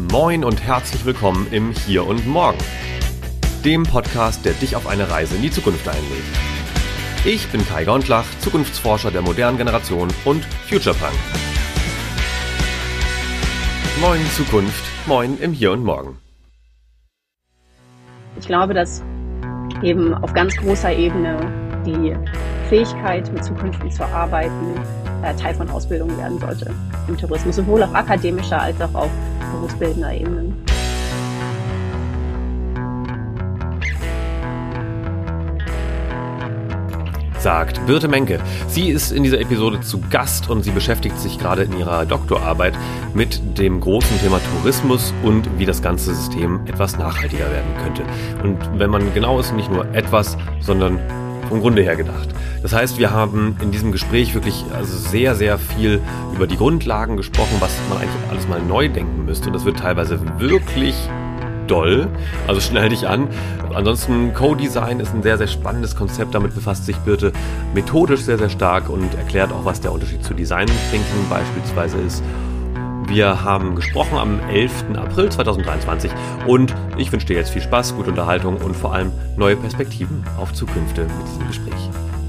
Moin und herzlich willkommen im Hier und Morgen, dem Podcast, der dich auf eine Reise in die Zukunft einlädt. Ich bin Kai Gondlach, Zukunftsforscher der modernen Generation und Futurepunk. Moin Zukunft, moin im Hier und Morgen. Ich glaube, dass eben auf ganz großer Ebene die Fähigkeit, mit Zukünften zu arbeiten, Teil von Ausbildung werden sollte im Tourismus, sowohl auf akademischer als auch auf berufsbildender Ebene. Sagt Birte Menke. Sie ist in dieser Episode zu Gast und sie beschäftigt sich gerade in ihrer Doktorarbeit mit dem großen Thema Tourismus und wie das ganze System etwas nachhaltiger werden könnte. Und wenn man genau ist, nicht nur etwas, sondern vom Grunde her gedacht. Das heißt, wir haben in diesem Gespräch wirklich sehr, sehr viel über die Grundlagen gesprochen, was man eigentlich alles mal neu denken müsste. Und das wird teilweise wirklich doll, also schnell dich an. Ansonsten Co-Design ist ein sehr, sehr spannendes Konzept. Damit befasst sich Birte methodisch sehr, sehr stark und erklärt auch, was der Unterschied zu Design Thinking beispielsweise ist. Wir haben gesprochen am 11. April 2023 und ich wünsche dir jetzt viel Spaß, gute Unterhaltung und vor allem neue Perspektiven auf Zukünfte mit diesem Gespräch.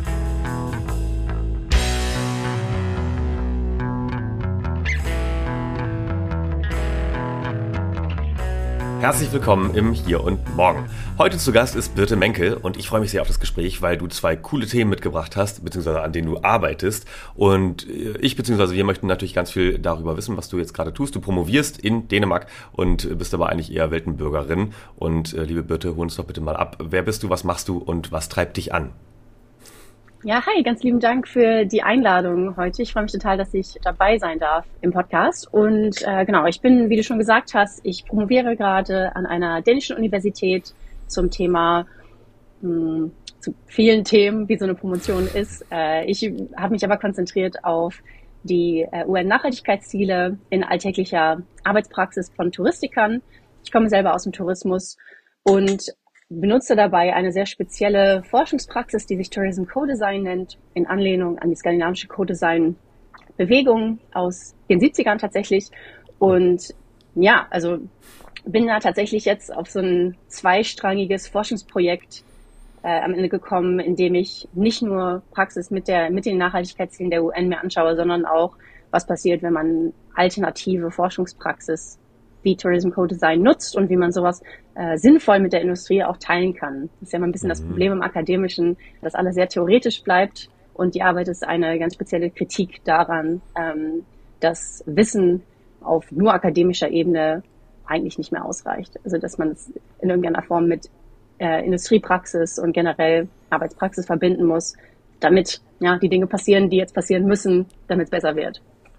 Herzlich willkommen im Hier und Morgen. Heute zu Gast ist Birte Menke und ich freue mich sehr auf das Gespräch, weil du zwei coole Themen mitgebracht hast, beziehungsweise an denen du arbeitest. Und wir möchten natürlich ganz viel darüber wissen, was du jetzt gerade tust. Du promovierst in Dänemark und bist aber eigentlich eher Weltenbürgerin. Und liebe Birte, hol uns doch bitte mal ab. Wer bist du, was machst du und was treibt dich an? Ja, hi, ganz lieben Dank für die Einladung heute. Ich freue mich total, dass ich dabei sein darf im Podcast. Und ich bin, wie du schon gesagt hast, ich promoviere gerade an einer dänischen Universität zum Thema, zu vielen Themen, wie so eine Promotion ist. Ich habe mich aber konzentriert auf die UN-Nachhaltigkeitsziele in alltäglicher Arbeitspraxis von Touristikern. Ich komme selber aus dem Tourismus und benutze dabei eine sehr spezielle Forschungspraxis, die sich Tourism Co-Design nennt, in Anlehnung an die skandinavische Co-Design-Bewegung aus den 70ern tatsächlich. Und ja, also bin da tatsächlich jetzt auf so ein zweistrangiges Forschungsprojekt am Ende gekommen, in dem ich nicht nur Praxis mit den Nachhaltigkeitszielen der UN mir anschaue, sondern auch, was passiert, wenn man alternative Forschungspraxis wie Tourism Co-Design nutzt und wie man sowas sinnvoll mit der Industrie auch teilen kann. Das ist ja mal ein bisschen das Problem im Akademischen, dass alles sehr theoretisch bleibt und die Arbeit ist eine ganz spezielle Kritik daran, dass Wissen auf nur akademischer Ebene eigentlich nicht mehr ausreicht. Also dass man es in irgendeiner Form mit Industriepraxis und generell Arbeitspraxis verbinden muss, damit die Dinge passieren, die jetzt passieren müssen, damit es besser wird.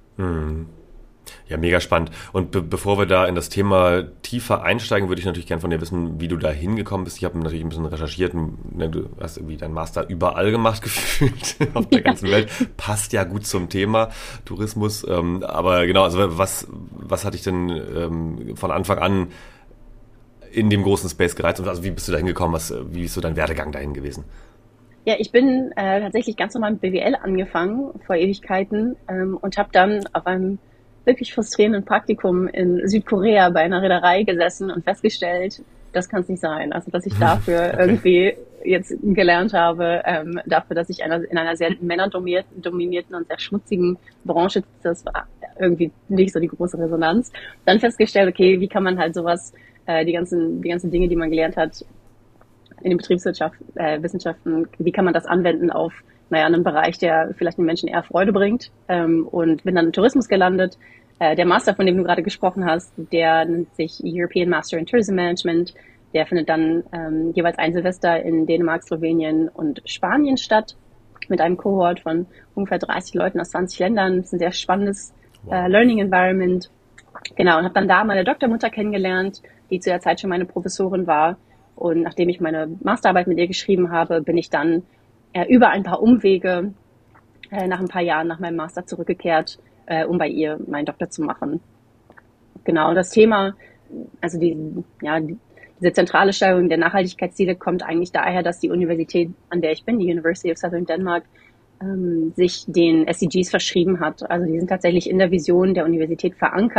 Ja, mega spannend. Und bevor wir da in das Thema tiefer einsteigen, würde ich natürlich gerne von dir wissen, wie du da hingekommen bist. Ich habe natürlich ein bisschen recherchiert. Du hast irgendwie deinen Master überall gemacht gefühlt auf der ganzen Welt. Passt ja gut zum Thema Tourismus. Aber genau, also was hat dich denn von Anfang an in dem großen Space gereizt? Also wie bist du da hingekommen? Wie ist so dein Werdegang dahin gewesen? Ja, ich bin tatsächlich ganz normal mit BWL angefangen, vor Ewigkeiten, und habe dann auf einem wirklich frustrierenden Praktikum in Südkorea bei einer Reederei gesessen und festgestellt, das kann es nicht sein. Also, dass ich dafür irgendwie jetzt gelernt habe, dafür, dass ich in einer sehr männerdominierten und sehr schmutzigen Branche, das war irgendwie nicht so die große Resonanz. Dann festgestellt, okay, wie kann man halt sowas, die ganzen Dinge, die man gelernt hat in den Betriebswissenschaften, wie kann man das anwenden auf einen Bereich, der vielleicht den Menschen eher Freude bringt, und bin dann im Tourismus gelandet. Der Master, von dem du gerade gesprochen hast, der nennt sich European Master in Tourism Management. Der findet dann jeweils ein Semester in Dänemark, Slowenien und Spanien statt, mit einem Cohort von ungefähr 30 Leuten aus 20 Ländern. Das ist ein sehr spannendes Learning Environment. Genau, und habe dann da meine Doktormutter kennengelernt, die zu der Zeit schon meine Professorin war. Und nachdem ich meine Masterarbeit mit ihr geschrieben habe, bin ich dann über ein paar Umwege nach ein paar Jahren nach meinem Master zurückgekehrt, um bei ihr meinen Doktor zu machen. Genau, das Thema, also diese zentrale Stellung der Nachhaltigkeitsziele kommt eigentlich daher, dass die Universität, an der ich bin, die University of Southern Denmark, sich den SDGs verschrieben hat. Also die sind tatsächlich in der Vision der Universität verankert,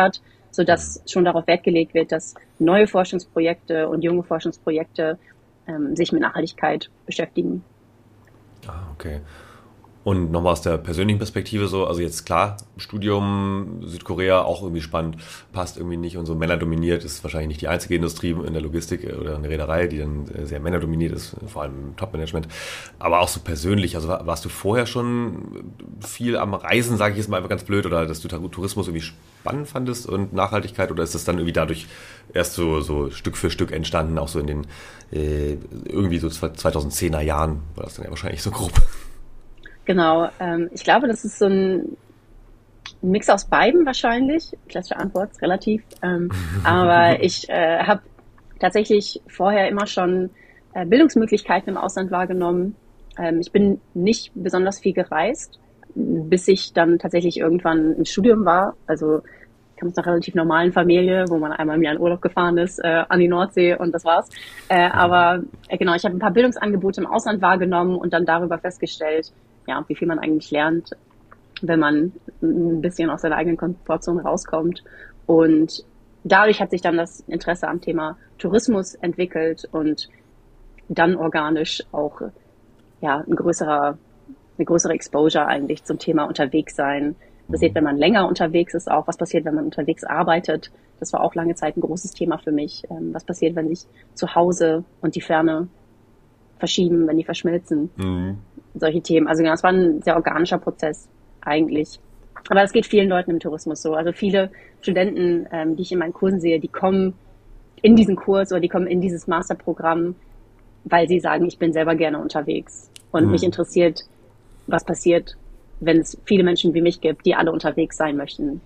sodass schon darauf Wert gelegt wird, dass neue Forschungsprojekte und junge Forschungsprojekte sich mit Nachhaltigkeit beschäftigen. Okay. Und nochmal aus der persönlichen Perspektive so, also jetzt klar, Studium, Südkorea auch irgendwie spannend, passt irgendwie nicht und so männerdominiert, ist wahrscheinlich nicht die einzige Industrie in der Logistik oder in der Reederei, die dann sehr männerdominiert ist, vor allem im Top-Management. Aber auch so persönlich, also warst du vorher schon viel am Reisen, sage ich jetzt mal einfach ganz blöd, oder dass du Tourismus irgendwie spannend fandest und Nachhaltigkeit, oder ist das dann irgendwie dadurch erst so Stück für Stück entstanden, auch so in den irgendwie so 2010er Jahren, war das dann ja wahrscheinlich so grob. Genau, ich glaube, das ist so ein Mix aus beiden wahrscheinlich. Klassische Antwort, ist relativ. Aber ich habe tatsächlich vorher immer schon Bildungsmöglichkeiten im Ausland wahrgenommen. Ich bin nicht besonders viel gereist, bis ich dann tatsächlich irgendwann im Studium war. Also ich komme aus einer relativ normalen Familie, wo man einmal im Jahr in Urlaub gefahren ist, an die Nordsee und das war's. Aber genau, ich habe ein paar Bildungsangebote im Ausland wahrgenommen und dann darüber festgestellt, ja, wie viel man eigentlich lernt, wenn man ein bisschen aus seiner eigenen Komfortzone rauskommt. Und dadurch hat sich dann das Interesse am Thema Tourismus entwickelt und dann organisch auch ja eine größere Exposure eigentlich zum Thema unterwegs sein. Was passiert, wenn man länger unterwegs ist auch? Was passiert, wenn man unterwegs arbeitet? Das war auch lange Zeit ein großes Thema für mich. Was passiert, wenn sich zu Hause und die Ferne verschieben, wenn die verschmilzen? Solche Themen. Also genau, es war ein sehr organischer Prozess eigentlich. Aber das geht vielen Leuten im Tourismus so. Also viele Studenten, die ich in meinen Kursen sehe, die kommen in diesen Kurs oder die kommen in dieses Masterprogramm, weil sie sagen, ich bin selber gerne unterwegs. Und mich interessiert, was passiert, wenn es viele Menschen wie mich gibt, die alle unterwegs sein möchten.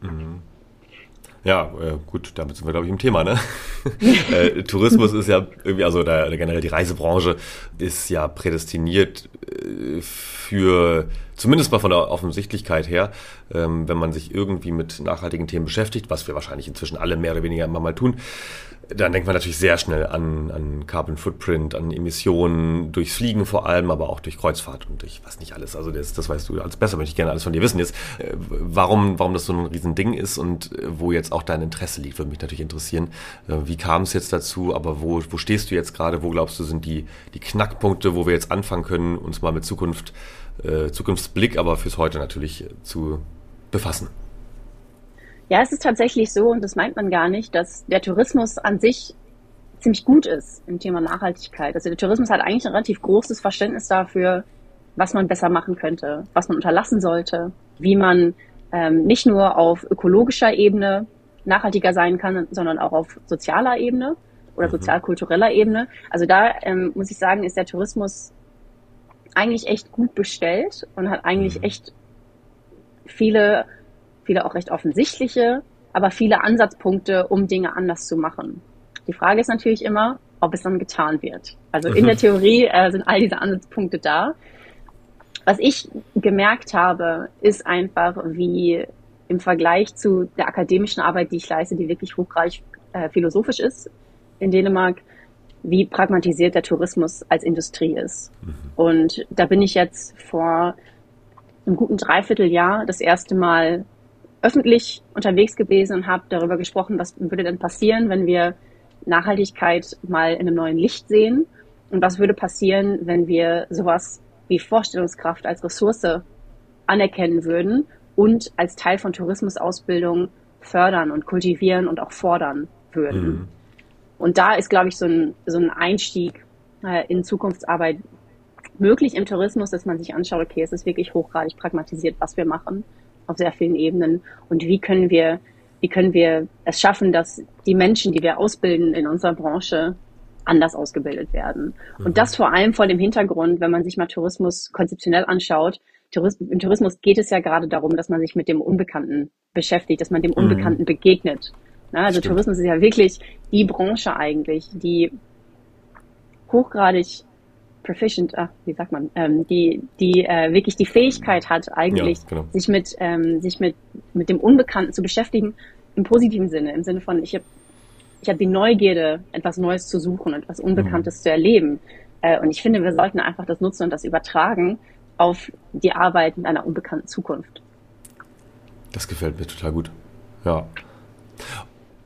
Ja, gut, damit sind wir, glaube ich, im Thema, ne? Tourismus ist ja irgendwie, also generell die Reisebranche ist ja prädestiniert für, zumindest mal von der Offensichtlichkeit her, wenn man sich irgendwie mit nachhaltigen Themen beschäftigt, was wir wahrscheinlich inzwischen alle mehr oder weniger immer mal tun, dann denkt man natürlich sehr schnell an Carbon Footprint, an Emissionen durchs Fliegen vor allem, aber auch durch Kreuzfahrt und durch was nicht alles. Also das weißt du alles besser, möchte ich gerne alles von dir wissen jetzt. Warum das so ein Riesending ist und wo jetzt auch dein Interesse liegt, würde mich natürlich interessieren. Wie kam es jetzt dazu, aber wo stehst du jetzt gerade? Wo glaubst du, sind die Knackpunkte, wo wir jetzt anfangen können, uns mal mit Zukunftsblick, aber fürs Heute natürlich zu befassen? Ja, es ist tatsächlich so, und das meint man gar nicht, dass der Tourismus an sich ziemlich gut ist im Thema Nachhaltigkeit. Also der Tourismus hat eigentlich ein relativ großes Verständnis dafür, was man besser machen könnte, was man unterlassen sollte, wie man nicht nur auf ökologischer Ebene nachhaltiger sein kann, sondern auch auf sozialer Ebene oder sozial-kultureller Ebene. Also da muss ich sagen, ist der Tourismus eigentlich echt gut bestellt und hat eigentlich echt viele auch recht offensichtliche, aber viele Ansatzpunkte, um Dinge anders zu machen. Die Frage ist natürlich immer, ob es dann getan wird. Also in der Theorie sind all diese Ansatzpunkte da. Was ich gemerkt habe, ist einfach, wie im Vergleich zu der akademischen Arbeit, die ich leiste, die wirklich hochgradig philosophisch ist in Dänemark, wie pragmatisiert der Tourismus als Industrie ist. Und da bin ich jetzt vor einem guten Dreivierteljahr das erste Mal öffentlich unterwegs gewesen und habe darüber gesprochen, was würde denn passieren, wenn wir Nachhaltigkeit mal in einem neuen Licht sehen und was würde passieren, wenn wir sowas wie Vorstellungskraft als Ressource anerkennen würden und als Teil von Tourismusausbildung fördern und kultivieren und auch fordern würden. Und da ist, glaube ich, so ein Einstieg in Zukunftsarbeit möglich im Tourismus, dass man sich anschaut, okay, es ist wirklich hochgradig pragmatisiert, was wir machen auf sehr vielen Ebenen und wie können wir es schaffen, dass die Menschen, die wir ausbilden in unserer Branche, anders ausgebildet werden. Und das vor allem vor dem Hintergrund, wenn man sich mal Tourismus konzeptionell anschaut. Im Tourismus geht es ja gerade darum, dass man sich mit dem Unbekannten beschäftigt, dass man dem Unbekannten begegnet. Also Stimmt. Tourismus ist ja wirklich die Branche eigentlich, die hochgradig proficient, wie sagt man, die wirklich die Fähigkeit hat, eigentlich sich mit dem Unbekannten zu beschäftigen, im positiven Sinne, im Sinne von, ich hab die Neugierde, etwas Neues zu suchen, etwas Unbekanntes zu erleben. Und ich finde, wir sollten einfach das nutzen und das übertragen auf die Arbeit in einer unbekannten Zukunft. Das gefällt mir total gut. Ja.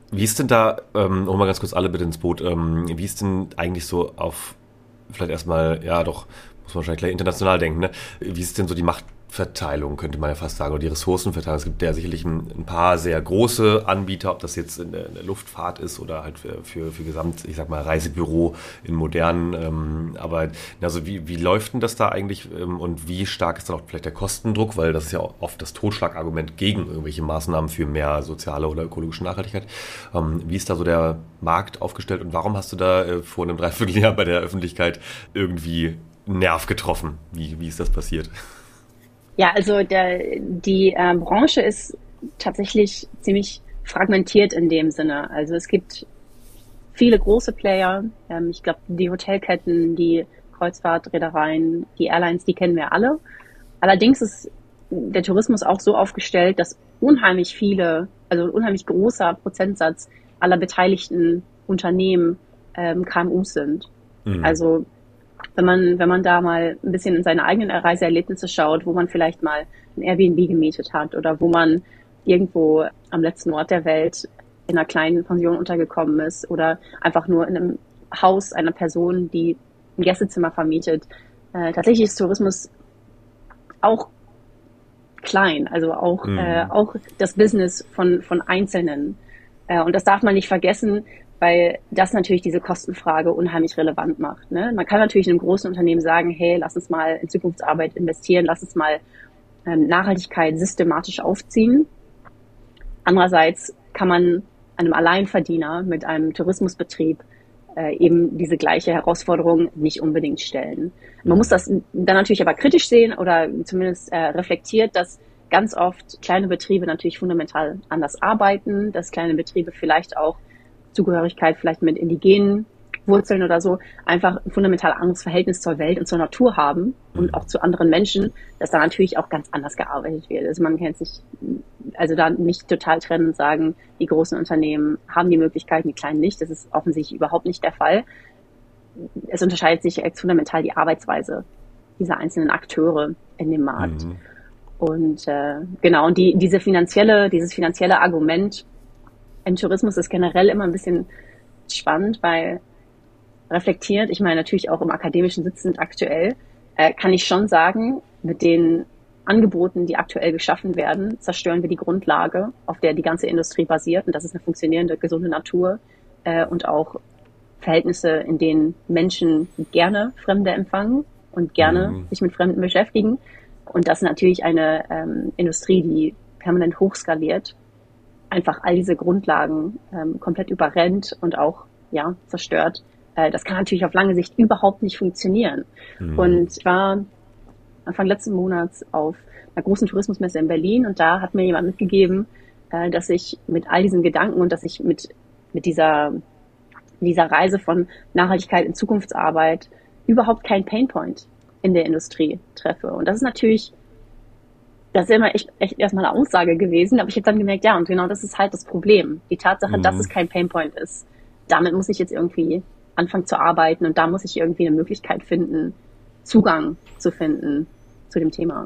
Wie ist denn da, hol mal ganz kurz alle bitte ins Boot, wie ist denn eigentlich so auf, vielleicht erstmal, ja doch, muss man wahrscheinlich gleich international denken, ne? Wie ist denn so die Machtverteilung, könnte man ja fast sagen, oder die Ressourcenverteilung? Es gibt ja sicherlich ein paar sehr große Anbieter, ob das jetzt in der Luftfahrt ist oder halt für Gesamt, ich sag mal, Reisebüro in modernen Arbeit. Also wie läuft denn das da eigentlich und wie stark ist dann auch vielleicht der Kostendruck, weil das ist ja oft das Totschlagargument gegen irgendwelche Maßnahmen für mehr soziale oder ökologische Nachhaltigkeit. Wie ist da so der Markt aufgestellt und warum hast du da vor einem Dreivierteljahr bei der Öffentlichkeit irgendwie einen Nerv getroffen? Wie ist das passiert? Ja, also die Branche ist tatsächlich ziemlich fragmentiert in dem Sinne. Also es gibt viele große Player. Ich glaube, die Hotelketten, die Kreuzfahrtreedereien, die Airlines, die kennen wir alle. Allerdings ist der Tourismus auch so aufgestellt, dass unheimlich viele, also ein unheimlich großer Prozentsatz aller beteiligten Unternehmen KMUs sind. Mhm. Also wenn man da mal ein bisschen in seine eigenen Reiseerlebnisse schaut, wo man vielleicht mal ein Airbnb gemietet hat oder wo man irgendwo am letzten Ort der Welt in einer kleinen Pension untergekommen ist oder einfach nur in einem Haus einer Person, die ein Gästezimmer vermietet. Tatsächlich ist Tourismus auch klein, also auch das Business von Einzelnen. Und das darf man nicht vergessen, weil das natürlich diese Kostenfrage unheimlich relevant macht. Ne? Man kann natürlich einem großen Unternehmen sagen, hey, lass uns mal in Zukunftsarbeit investieren, lass uns mal Nachhaltigkeit systematisch aufziehen. Andererseits kann man einem Alleinverdiener mit einem Tourismusbetrieb eben diese gleiche Herausforderung nicht unbedingt stellen. Man muss das dann natürlich aber kritisch sehen oder zumindest reflektiert, dass ganz oft kleine Betriebe natürlich fundamental anders arbeiten, dass kleine Betriebe vielleicht auch Zugehörigkeit vielleicht mit indigenen Wurzeln oder so, einfach ein fundamental anderes Verhältnis zur Welt und zur Natur haben und auch zu anderen Menschen, dass da natürlich auch ganz anders gearbeitet wird. Also man kann sich also da nicht total trennen und sagen, die großen Unternehmen haben die Möglichkeiten, die kleinen nicht. Das ist offensichtlich überhaupt nicht der Fall. Es unterscheidet sich fundamental die Arbeitsweise dieser einzelnen Akteure in dem Markt. Mhm. Und genau, und dieses finanzielle Argument im Tourismus ist generell immer ein bisschen spannend, weil reflektiert, ich meine natürlich auch im akademischen Sitzend aktuell, kann ich schon sagen, mit den Angeboten, die aktuell geschaffen werden, zerstören wir die Grundlage, auf der die ganze Industrie basiert. Und das ist eine funktionierende, gesunde Natur und auch Verhältnisse, in denen Menschen gerne Fremde empfangen und gerne sich mit Fremden beschäftigen. Und das ist natürlich eine Industrie, die permanent hochskaliert, einfach all diese Grundlagen komplett überrennt und auch zerstört. Das kann natürlich auf lange Sicht überhaupt nicht funktionieren. Und ich war Anfang letzten Monats auf einer großen Tourismusmesse in Berlin und da hat mir jemand mitgegeben, dass ich mit all diesen Gedanken und dass ich mit dieser Reise von Nachhaltigkeit in Zukunftsarbeit überhaupt keinen Painpoint in der Industrie treffe. Und das ist natürlich, das ist immer echt erstmal eine Aussage gewesen, aber ich habe dann gemerkt, ja, und genau das ist halt das Problem. Die Tatsache, dass es kein Painpoint ist. Damit muss ich jetzt irgendwie anfangen zu arbeiten und da muss ich irgendwie eine Möglichkeit finden, Zugang zu finden zu dem Thema.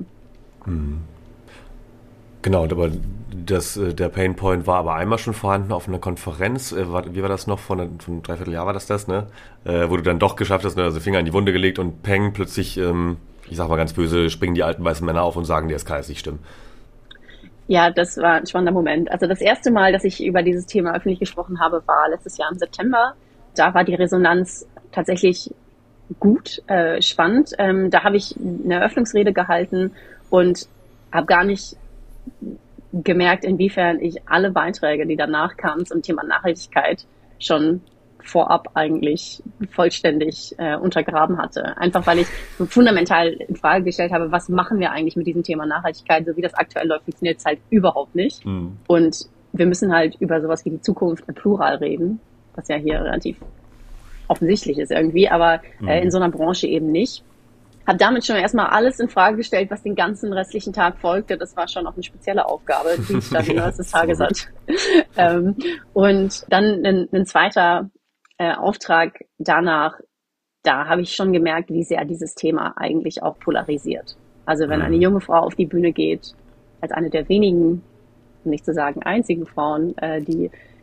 Genau, aber der Painpoint war aber einmal schon vorhanden auf einer Konferenz. Wie war das noch? Von einem Dreivierteljahr war das, ne? Wo du dann doch geschafft hast, ne? Also Finger in die Wunde gelegt und peng, plötzlich, ich sag mal ganz böse, springen die alten weißen Männer auf und sagen, das kann jetzt nicht stimmen. Ja, das war ein spannender Moment. Also das erste Mal, dass ich über dieses Thema öffentlich gesprochen habe, war letztes Jahr im September. Da war die Resonanz tatsächlich gut, spannend. Da habe ich eine Eröffnungsrede gehalten und habe gar nicht gemerkt, inwiefern ich alle Beiträge, die danach kamen zum Thema Nachhaltigkeit, schon vorab eigentlich vollständig untergraben hatte. Einfach weil ich fundamental in Frage gestellt habe, was machen wir eigentlich mit diesem Thema Nachhaltigkeit, so wie das aktuell läuft, funktioniert es halt überhaupt nicht. Und wir müssen halt über sowas wie die Zukunft im Plural reden, was ja hier relativ offensichtlich ist irgendwie, aber in so einer Branche eben nicht. Habe damit schon erstmal alles in Frage gestellt, was den ganzen restlichen Tag folgte. Das war schon auch eine spezielle Aufgabe, die ich dann den Rest des Tages hatte. Und dann ein zweiter Auftrag danach, da habe ich schon gemerkt, wie sehr dieses Thema eigentlich auch polarisiert. Also wenn eine junge Frau auf die Bühne geht, als eine der wenigen, um nicht zu sagen einzigen Frauen, die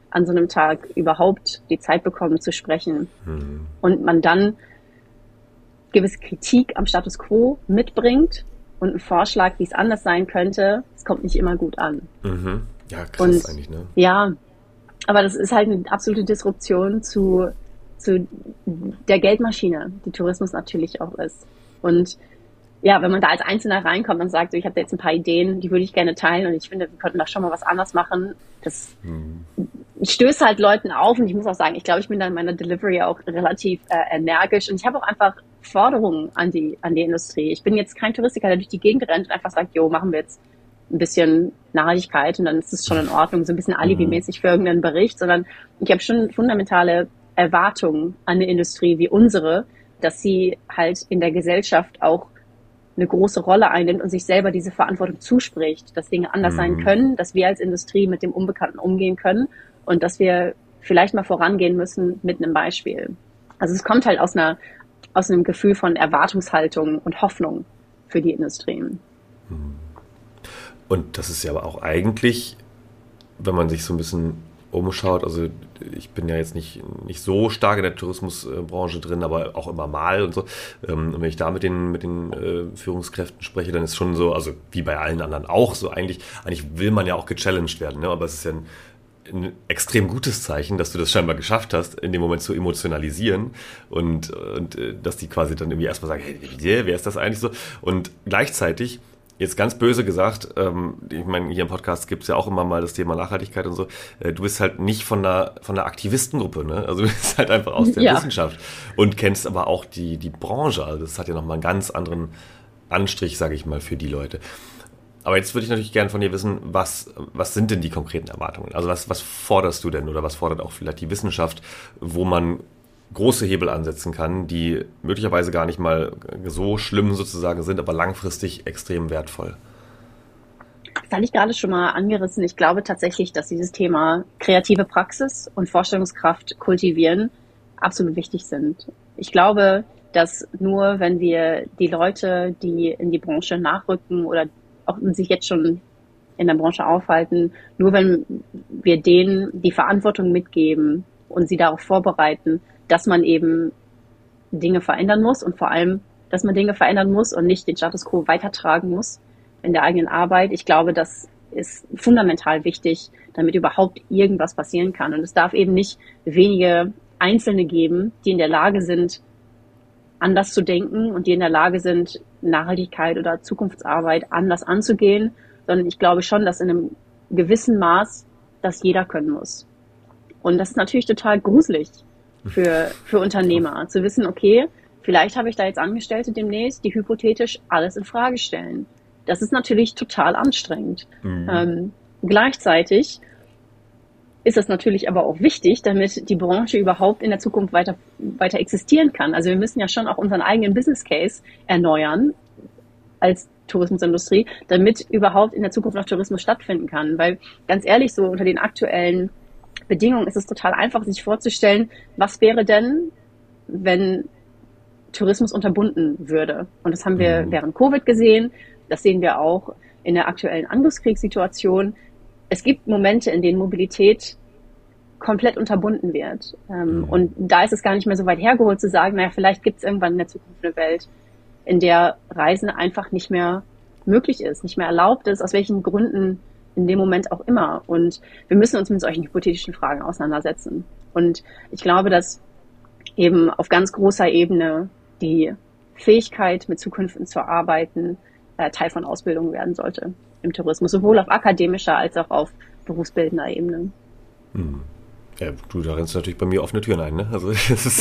an so einem Tag überhaupt die Zeit bekommen zu sprechen. Und man dann gewisse Kritik am Status Quo mitbringt und einen Vorschlag, wie es anders sein könnte, es kommt nicht immer gut an. Ja, krass eigentlich, ne? Ja, aber das ist halt eine absolute Disruption zu der Geldmaschine, die Tourismus natürlich auch ist. Und ja, wenn man da als Einzelner reinkommt und sagt, so, ich habe da jetzt ein paar Ideen, die würde ich gerne teilen und ich finde, wir könnten da schon mal was anders machen, das stößt halt Leuten auf. Und ich muss auch sagen, ich glaube, ich bin da in meiner Delivery auch relativ energisch und ich habe auch einfach Forderungen an die Industrie. Ich bin jetzt kein Touristiker, der durch die Gegend rennt und einfach sagt, jo, machen wir jetzt ein bisschen Nachhaltigkeit und dann ist es schon in Ordnung, so ein bisschen alibimäßig für irgendeinen Bericht, sondern ich habe schon fundamentale Erwartungen an eine Industrie wie unsere, dass sie halt in der Gesellschaft auch eine große Rolle einnimmt und sich selber diese Verantwortung zuspricht, dass Dinge anders sein können, dass wir als Industrie mit dem Unbekannten umgehen können und dass wir vielleicht mal vorangehen müssen mit einem Beispiel. Also es kommt halt aus einem Gefühl von Erwartungshaltung und Hoffnung für die Industrien. Und das ist ja aber auch eigentlich, wenn man sich so ein bisschen umschaut, also ich bin ja jetzt nicht so stark in der Tourismusbranche drin, aber auch immer mal und so. Und wenn ich da mit den Führungskräften spreche, dann ist schon so, also wie bei allen anderen auch so, eigentlich will man ja auch gechallenged werden, ne? Aber es ist ja ein extrem gutes Zeichen, dass du das scheinbar geschafft hast, in dem Moment zu emotionalisieren und dass die quasi dann irgendwie erstmal sagen, hey, wer ist das eigentlich so? Und gleichzeitig jetzt ganz böse gesagt, ich meine, hier im Podcast gibt es ja auch immer mal das Thema Nachhaltigkeit und so. Du bist halt nicht von einer Aktivistengruppe, ne? Also du bist halt einfach aus der Wissenschaft und kennst aber auch die Branche. Also das hat ja nochmal einen ganz anderen Anstrich, sage ich mal, für die Leute. Aber jetzt würde ich natürlich gerne von dir wissen, was sind denn die konkreten Erwartungen? Also was forderst du denn oder was fordert auch vielleicht die Wissenschaft, wo man große Hebel ansetzen kann, die möglicherweise gar nicht mal so schlimm sozusagen sind, aber langfristig extrem wertvoll? Das hatte ich gerade schon mal angerissen. Ich glaube tatsächlich, dass dieses Thema kreative Praxis und Vorstellungskraft kultivieren absolut wichtig sind. Ich glaube, dass nur wenn wir die Leute, die in die Branche nachrücken oder auch sich jetzt schon in der Branche aufhalten, nur wenn wir denen die Verantwortung mitgeben und sie darauf vorbereiten, dass man eben Dinge verändern muss und vor allem, dass man Dinge verändern muss und nicht den Status quo weitertragen muss in der eigenen Arbeit. Ich glaube, das ist fundamental wichtig, damit überhaupt irgendwas passieren kann. Und es darf eben nicht wenige Einzelne geben, die in der Lage sind, anders zu denken und die in der Lage sind, Nachhaltigkeit oder Zukunftsarbeit anders anzugehen, sondern ich glaube schon, dass in einem gewissen Maß das jeder können muss. Und das ist natürlich total gruselig für Unternehmer, zu wissen, okay, vielleicht habe ich da jetzt Angestellte demnächst, die hypothetisch alles in Frage stellen. Das ist natürlich total anstrengend. Gleichzeitig ist das natürlich aber auch wichtig, damit die Branche überhaupt in der Zukunft weiter existieren kann. Also wir müssen ja schon auch unseren eigenen Business Case erneuern als Tourismusindustrie, damit überhaupt in der Zukunft noch Tourismus stattfinden kann. Weil ganz ehrlich, so unter den aktuellen Bedingungen ist es total einfach, sich vorzustellen, was wäre denn, wenn Tourismus unterbunden würde. Und das haben wir während Covid gesehen. Das sehen wir auch in der aktuellen Angriffskriegssituation. Es gibt Momente, in denen Mobilität komplett unterbunden wird. Und da ist es gar nicht mehr so weit hergeholt zu sagen, naja, vielleicht gibt es irgendwann in der Zukunft eine Welt, in der Reisen einfach nicht mehr möglich ist, nicht mehr erlaubt ist, aus welchen Gründen in dem Moment auch immer. Und wir müssen uns mit solchen hypothetischen Fragen auseinandersetzen. Und ich glaube, dass eben auf ganz großer Ebene die Fähigkeit, mit Zukünften zu arbeiten, Teil von Ausbildung werden sollte im Tourismus, sowohl auf akademischer als auch auf berufsbildender Ebene. Ja, du, da rennst natürlich bei mir offene Türen ein, ne? Also das ist,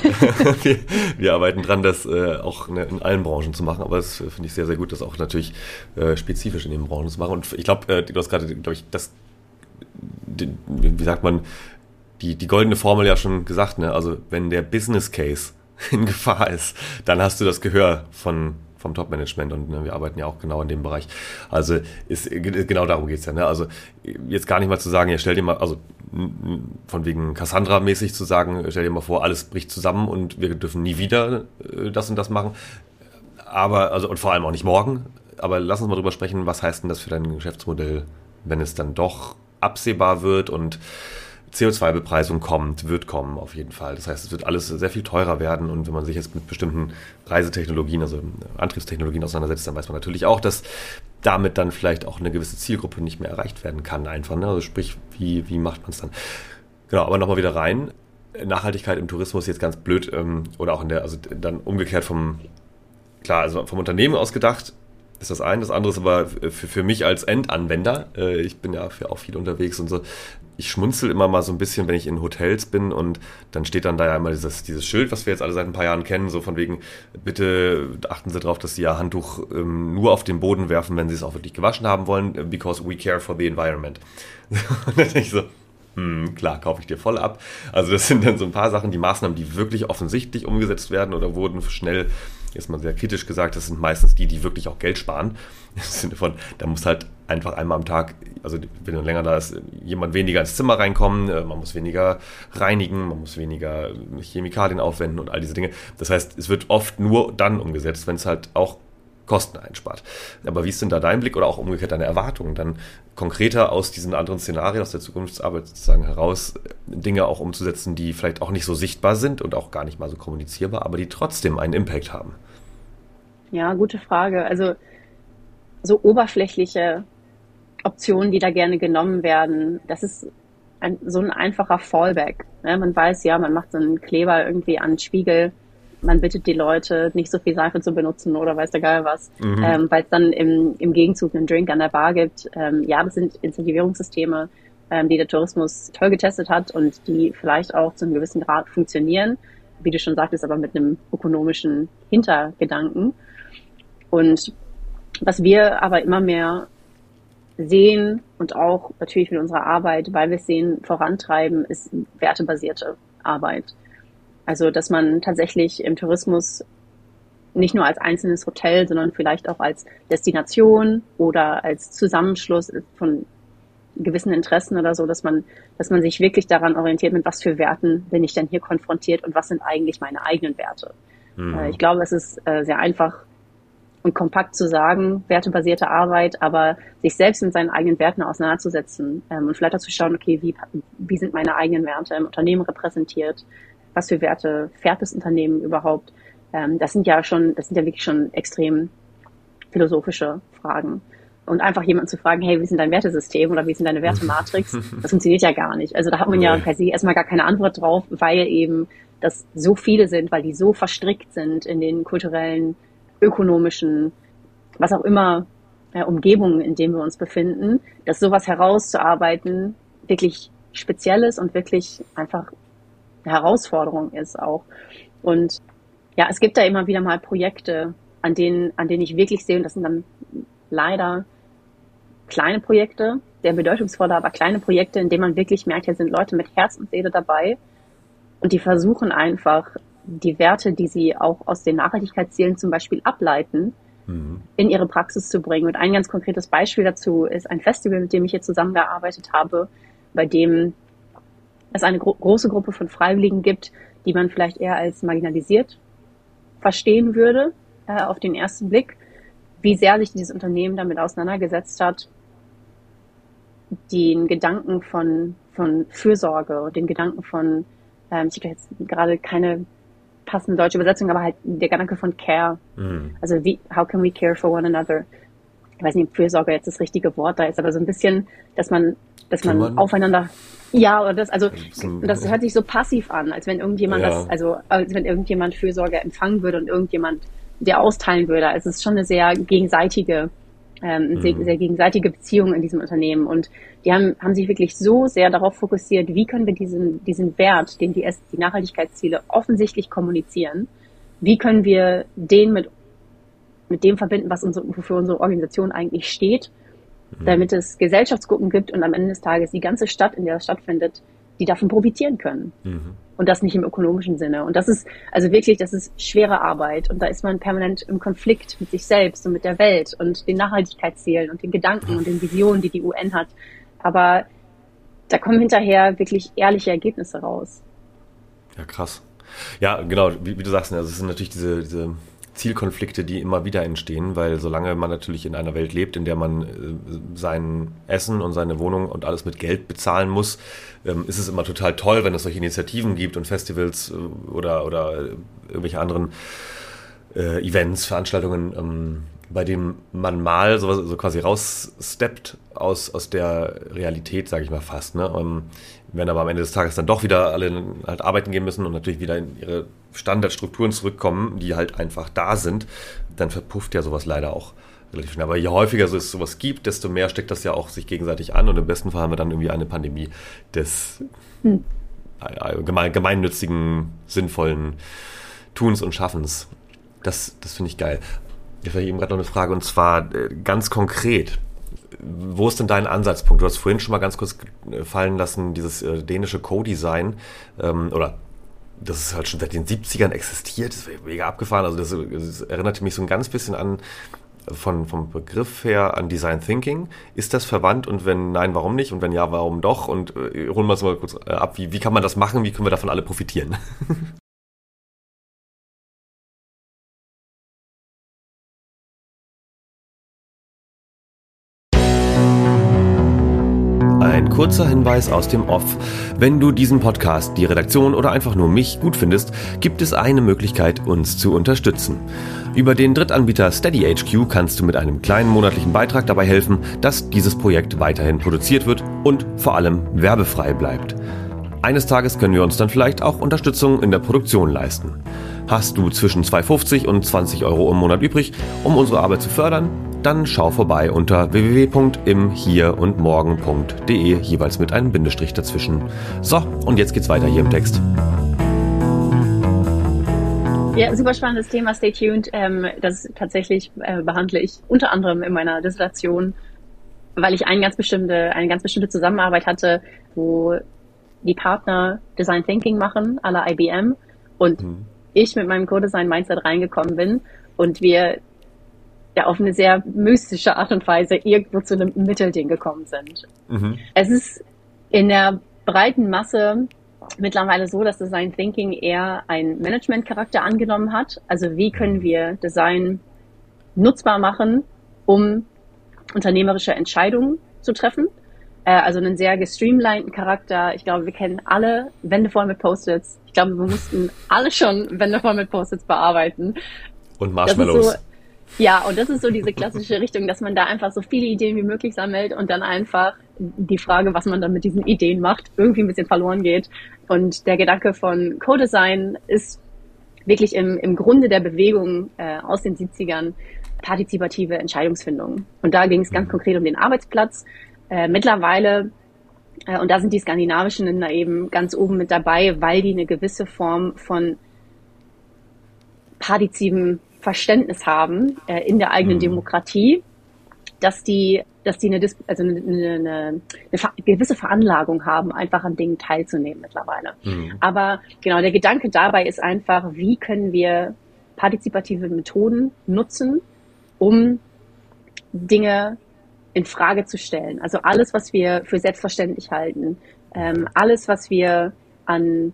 wir arbeiten dran, das auch in allen Branchen zu machen, aber das finde ich sehr, sehr gut, das auch natürlich spezifisch in den Branchen zu machen. Und ich glaube, du hast gerade, glaube ich, wie sagt man, die goldene Formel ja schon gesagt, ne? Also wenn der Business Case in Gefahr ist, dann hast du das Gehör vom Top-Management und ne, wir arbeiten ja auch genau in dem Bereich. Also genau darum geht's ja. Ne? Also jetzt gar nicht mal zu sagen, ja, stell dir mal, also von wegen Cassandra-mäßig zu sagen, stell dir mal vor, alles bricht zusammen und wir dürfen nie wieder das und das machen. Aber, also und vor allem auch nicht morgen. Aber lass uns mal drüber sprechen, was heißt denn das für dein Geschäftsmodell, wenn es dann doch absehbar wird und CO2-Bepreisung wird kommen auf jeden Fall. Das heißt, es wird alles sehr viel teurer werden und wenn man sich jetzt mit bestimmten Reisetechnologien, also Antriebstechnologien auseinandersetzt, dann weiß man natürlich auch, dass damit dann vielleicht auch eine gewisse Zielgruppe nicht mehr erreicht werden kann einfach. Ne? Also sprich, wie macht man es dann? Genau, aber nochmal wieder rein. Nachhaltigkeit im Tourismus jetzt ganz blöd oder auch also dann umgekehrt vom Unternehmen aus gedacht, ist das eine. Das andere ist aber für mich als Endanwender, ich bin ja auch viel unterwegs und so, ich schmunzel immer mal so ein bisschen, wenn ich in Hotels bin und dann steht dann da ja immer dieses Schild, was wir jetzt alle seit ein paar Jahren kennen, so von wegen, bitte achten Sie darauf, dass Sie Ihr Handtuch nur auf den Boden werfen, wenn Sie es auch wirklich gewaschen haben wollen, because we care for the environment. Und dann denke ich so, klar, kaufe ich dir voll ab. Also das sind dann so ein paar Sachen, die Maßnahmen, die wirklich offensichtlich umgesetzt werden oder wurden schnell, jetzt mal sehr kritisch gesagt, das sind meistens die wirklich auch Geld sparen. Im Sinne von, da muss halt einfach einmal am Tag, also wenn du länger da ist, jemand weniger ins Zimmer reinkommen, man muss weniger reinigen, man muss weniger Chemikalien aufwenden und all diese Dinge. Das heißt, es wird oft nur dann umgesetzt, wenn es halt auch Kosten einspart. Aber wie ist denn da dein Blick oder auch umgekehrt deine Erwartungen, dann konkreter aus diesen anderen Szenarien, aus der Zukunftsarbeit sozusagen heraus, Dinge auch umzusetzen, die vielleicht auch nicht so sichtbar sind und auch gar nicht mal so kommunizierbar, aber die trotzdem einen Impact haben? Ja, gute Frage. Also so oberflächliche Optionen, die da gerne genommen werden, das ist so ein einfacher Fallback. Ne? Man weiß ja, man macht so einen Kleber irgendwie an den Spiegel, man bittet die Leute, nicht so viel Seife zu benutzen oder weiß der Geil was, weil es dann im Gegenzug einen Drink an der Bar gibt. Ja, das sind Incentivierungssysteme, die der Tourismus toll getestet hat und die vielleicht auch zu einem gewissen Grad funktionieren, wie du schon sagtest, aber mit einem ökonomischen Hintergedanken. Und was wir aber immer mehr sehen und auch natürlich mit unserer Arbeit, weil wir es sehen, vorantreiben, ist wertebasierte Arbeit. Also, dass man tatsächlich im Tourismus nicht nur als einzelnes Hotel, sondern vielleicht auch als Destination oder als Zusammenschluss von gewissen Interessen oder so, dass man sich wirklich daran orientiert, mit was für Werten bin ich denn hier konfrontiert und was sind eigentlich meine eigenen Werte. Ich glaube, es ist sehr einfach und kompakt zu sagen, wertebasierte Arbeit, aber sich selbst mit seinen eigenen Werten auseinanderzusetzen und vielleicht auch zu schauen, okay, wie sind meine eigenen Werte im Unternehmen repräsentiert, was für Werte fährt das Unternehmen überhaupt? Das sind ja wirklich schon extrem philosophische Fragen. Und einfach jemanden zu fragen, hey, wie ist denn dein Wertesystem oder wie ist denn deine Wertematrix? Das funktioniert ja gar nicht. Also da hat man ja per se erstmal gar keine Antwort drauf, weil eben das so viele sind, weil die so verstrickt sind in den kulturellen, ökonomischen, was auch immer, Umgebungen, in denen wir uns befinden, dass sowas herauszuarbeiten wirklich speziell ist und wirklich einfach Herausforderung ist auch. Und ja, es gibt da immer wieder mal Projekte, an denen ich wirklich sehe, und das sind dann leider kleine Projekte, sehr bedeutungsvolle, aber kleine Projekte, in denen man wirklich merkt, hier sind Leute mit Herz und Seele dabei und die versuchen einfach, die Werte, die sie auch aus den Nachhaltigkeitszielen zum Beispiel ableiten, in ihre Praxis zu bringen. Und ein ganz konkretes Beispiel dazu ist ein Festival, mit dem ich hier zusammengearbeitet habe, bei dem es eine große Gruppe von Freiwilligen gibt, die man vielleicht eher als marginalisiert verstehen würde, auf den ersten Blick, wie sehr sich dieses Unternehmen damit auseinandergesetzt hat, den Gedanken von Fürsorge, den Gedanken von, ich habe jetzt gerade keine passende deutsche Übersetzung, aber halt der Gedanke von Care. Also how can we care for one another? Ich weiß nicht, ob Fürsorge jetzt das richtige Wort da ist, aber so ein bisschen, dass man aufeinander, ja, oder das hört sich so passiv an, als wenn irgendjemand als wenn irgendjemand Fürsorge empfangen würde und irgendjemand der austeilen würde. Also es ist schon eine sehr gegenseitige Beziehung in diesem Unternehmen. Und die haben sich wirklich so sehr darauf fokussiert, wie können wir diesen Wert, den die Nachhaltigkeitsziele offensichtlich kommunizieren, wie können wir den mit dem verbinden, wofür unsere Organisation eigentlich steht, damit es Gesellschaftsgruppen gibt und am Ende des Tages die ganze Stadt, in der es stattfindet, die davon profitieren können. Und das nicht im ökonomischen Sinne. Und das ist schwere Arbeit. Und da ist man permanent im Konflikt mit sich selbst und mit der Welt und den Nachhaltigkeitszielen und den Gedanken und den Visionen, die die UN hat. Aber da kommen hinterher wirklich ehrliche Ergebnisse raus. Ja, krass. Ja, genau, wie du sagst, also es sind natürlich diese Zielkonflikte, die immer wieder entstehen, weil solange man natürlich in einer Welt lebt, in der man sein Essen und seine Wohnung und alles mit Geld bezahlen muss, ist es immer total toll, wenn es solche Initiativen gibt und Festivals oder irgendwelche anderen Events, Veranstaltungen, bei dem man mal so quasi raussteppt aus der Realität, sage ich mal fast. Ne? Wenn aber am Ende des Tages dann doch wieder alle halt arbeiten gehen müssen und natürlich wieder in ihre Standardstrukturen zurückkommen, die halt einfach da sind, dann verpufft ja sowas leider auch relativ schnell. Aber je häufiger es sowas gibt, desto mehr steckt das ja auch sich gegenseitig an und im besten Fall haben wir dann irgendwie eine Pandemie des gemeinnützigen, sinnvollen Tuns und Schaffens. Das finde ich geil. Jetzt habe ich eben gerade noch eine Frage und zwar ganz konkret. Wo ist denn dein Ansatzpunkt? Du hast vorhin schon mal ganz kurz fallen lassen, dieses dänische Co-Design oder das ist halt schon seit den 70ern existiert, das ist mega abgefahren. Also das erinnerte mich so ein ganz bisschen an, vom Begriff her, an Design Thinking. Ist das verwandt und wenn nein, warum nicht? Und wenn ja, warum doch? Und holen wir es mal kurz ab, wie kann man das machen? Wie können wir davon alle profitieren? Ein kurzer Hinweis aus dem Off. Wenn du diesen Podcast, die Redaktion oder einfach nur mich gut findest, gibt es eine Möglichkeit, uns zu unterstützen. Über den Drittanbieter SteadyHQ kannst du mit einem kleinen monatlichen Beitrag dabei helfen, dass dieses Projekt weiterhin produziert wird und vor allem werbefrei bleibt. Eines Tages können wir uns dann vielleicht auch Unterstützung in der Produktion leisten. Hast du zwischen 2,50 und 20 Euro im Monat übrig, um unsere Arbeit zu fördern? Dann schau vorbei unter www.imhierundmorgen.de, jeweils mit einem Bindestrich dazwischen. So, und jetzt geht's weiter hier im Text. Ja, super spannendes Thema, stay tuned. Das tatsächlich behandle ich unter anderem in meiner Dissertation, weil ich eine ganz bestimmte Zusammenarbeit hatte, wo die Partner Design Thinking machen, à la IBM, und ich mit meinem Co-Design-Mindset reingekommen bin und wir ja auf eine sehr mystische Art und Weise irgendwo zu einem Mittelding gekommen sind. Es ist in der breiten Masse mittlerweile so, dass Design Thinking eher einen Management-Charakter angenommen hat. Also wie können wir Design nutzbar machen, um unternehmerische Entscheidungen zu treffen? Also einen sehr gestreamlinten Charakter. Ich glaube, wir kennen alle Wände voll mit Post-its. Ich glaube, wir mussten alle schon Wände voll mit Post-its bearbeiten. Und Marshmallows. Und das ist so diese klassische Richtung, dass man da einfach so viele Ideen wie möglich sammelt und dann einfach die Frage, was man dann mit diesen Ideen macht, irgendwie ein bisschen verloren geht. Und der Gedanke von Co-Design ist wirklich im Grunde der Bewegung aus den 70ern partizipative Entscheidungsfindung. Und da ging es ganz konkret um den Arbeitsplatz. Mittlerweile, und da sind die skandinavischen Länder eben ganz oben mit dabei, weil die eine gewisse Form von partizipativen Verständnis haben in der eigenen Demokratie, dass die eine gewisse Veranlagung haben, einfach an Dingen teilzunehmen mittlerweile. Aber genau, der Gedanke dabei ist einfach, wie können wir partizipative Methoden nutzen, um Dinge in Frage zu stellen. Also alles, was wir für selbstverständlich halten, alles, was wir an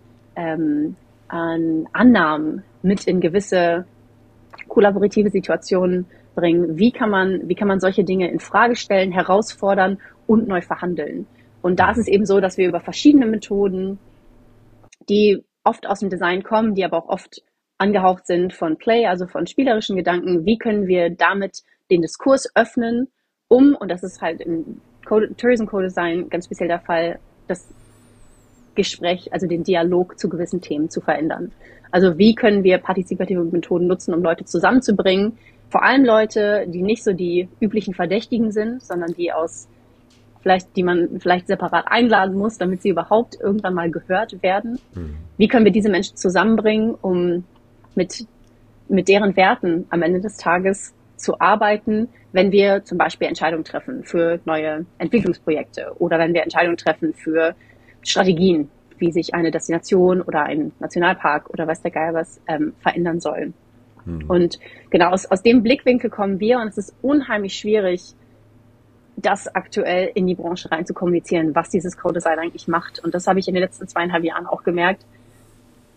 Annahmen mit in gewisse kollaborative Situationen bringen. Wie kann man solche Dinge in Frage stellen, herausfordern und neu verhandeln? Und da ist es eben so, dass wir über verschiedene Methoden, die oft aus dem Design kommen, die aber auch oft angehaucht sind von Play, also von spielerischen Gedanken, wie können wir damit den Diskurs öffnen, und das ist halt im Tourism Co-Design ganz speziell der Fall, das Gespräch, also den Dialog zu gewissen Themen zu verändern. Also wie können wir partizipative Methoden nutzen, um Leute zusammenzubringen? Vor allem Leute, die nicht so die üblichen Verdächtigen sind, sondern die man vielleicht separat einladen muss, damit sie überhaupt irgendwann mal gehört werden. Wie können wir diese Menschen zusammenbringen, um mit deren Werten am Ende des Tages zu arbeiten, wenn wir zum Beispiel Entscheidungen treffen für neue Entwicklungsprojekte oder wenn wir Entscheidungen treffen für Strategien, wie sich eine Destination oder ein Nationalpark oder weiß der Geier was verändern soll. Und genau aus dem Blickwinkel kommen wir, und es ist unheimlich schwierig, das aktuell in die Branche rein zu kommunizieren, was dieses Co-Design eigentlich macht. Und das habe ich in den letzten 2,5 Jahren auch gemerkt.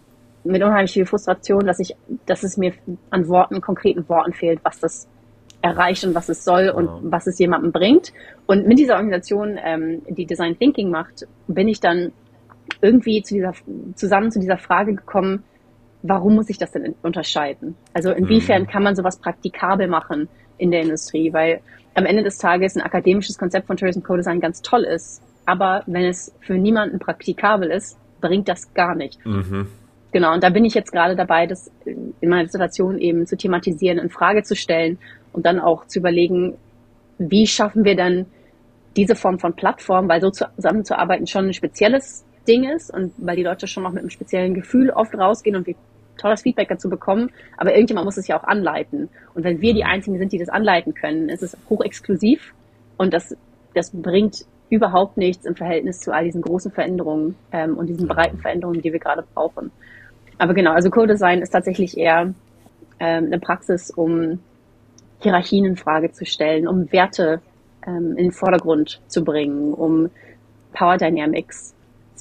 mit unheimlich viel Frustration, dass es mir an konkreten Worten fehlt, was das erreicht und was es soll und was es jemandem bringt. Und mit dieser Organisation, die Design Thinking macht, bin ich dann irgendwie zusammen zu dieser Frage gekommen, warum muss ich das denn unterscheiden? Also inwiefern kann man sowas praktikabel machen in der Industrie? Weil am Ende des Tages ein akademisches Konzept von Tourism Co-Design ganz toll ist, aber wenn es für niemanden praktikabel ist, bringt das gar nicht. Genau, und da bin ich jetzt gerade dabei, das in meiner Dissertation eben zu thematisieren, in Frage zu stellen und dann auch zu überlegen, wie schaffen wir dann diese Form von Plattform, weil so zusammenzuarbeiten schon ein spezielles Ding ist und weil die Leute schon noch mit einem speziellen Gefühl oft rausgehen und wir tolles Feedback dazu bekommen, aber irgendjemand muss es ja auch anleiten. Und wenn wir die Einzigen sind, die das anleiten können, ist es hochexklusiv und das bringt überhaupt nichts im Verhältnis zu all diesen großen Veränderungen und diesen breiten Veränderungen, die wir gerade brauchen. Aber genau, also Co-Design ist tatsächlich eher eine Praxis, um Hierarchien in Frage zu stellen, um Werte in den Vordergrund zu bringen, um Power Dynamics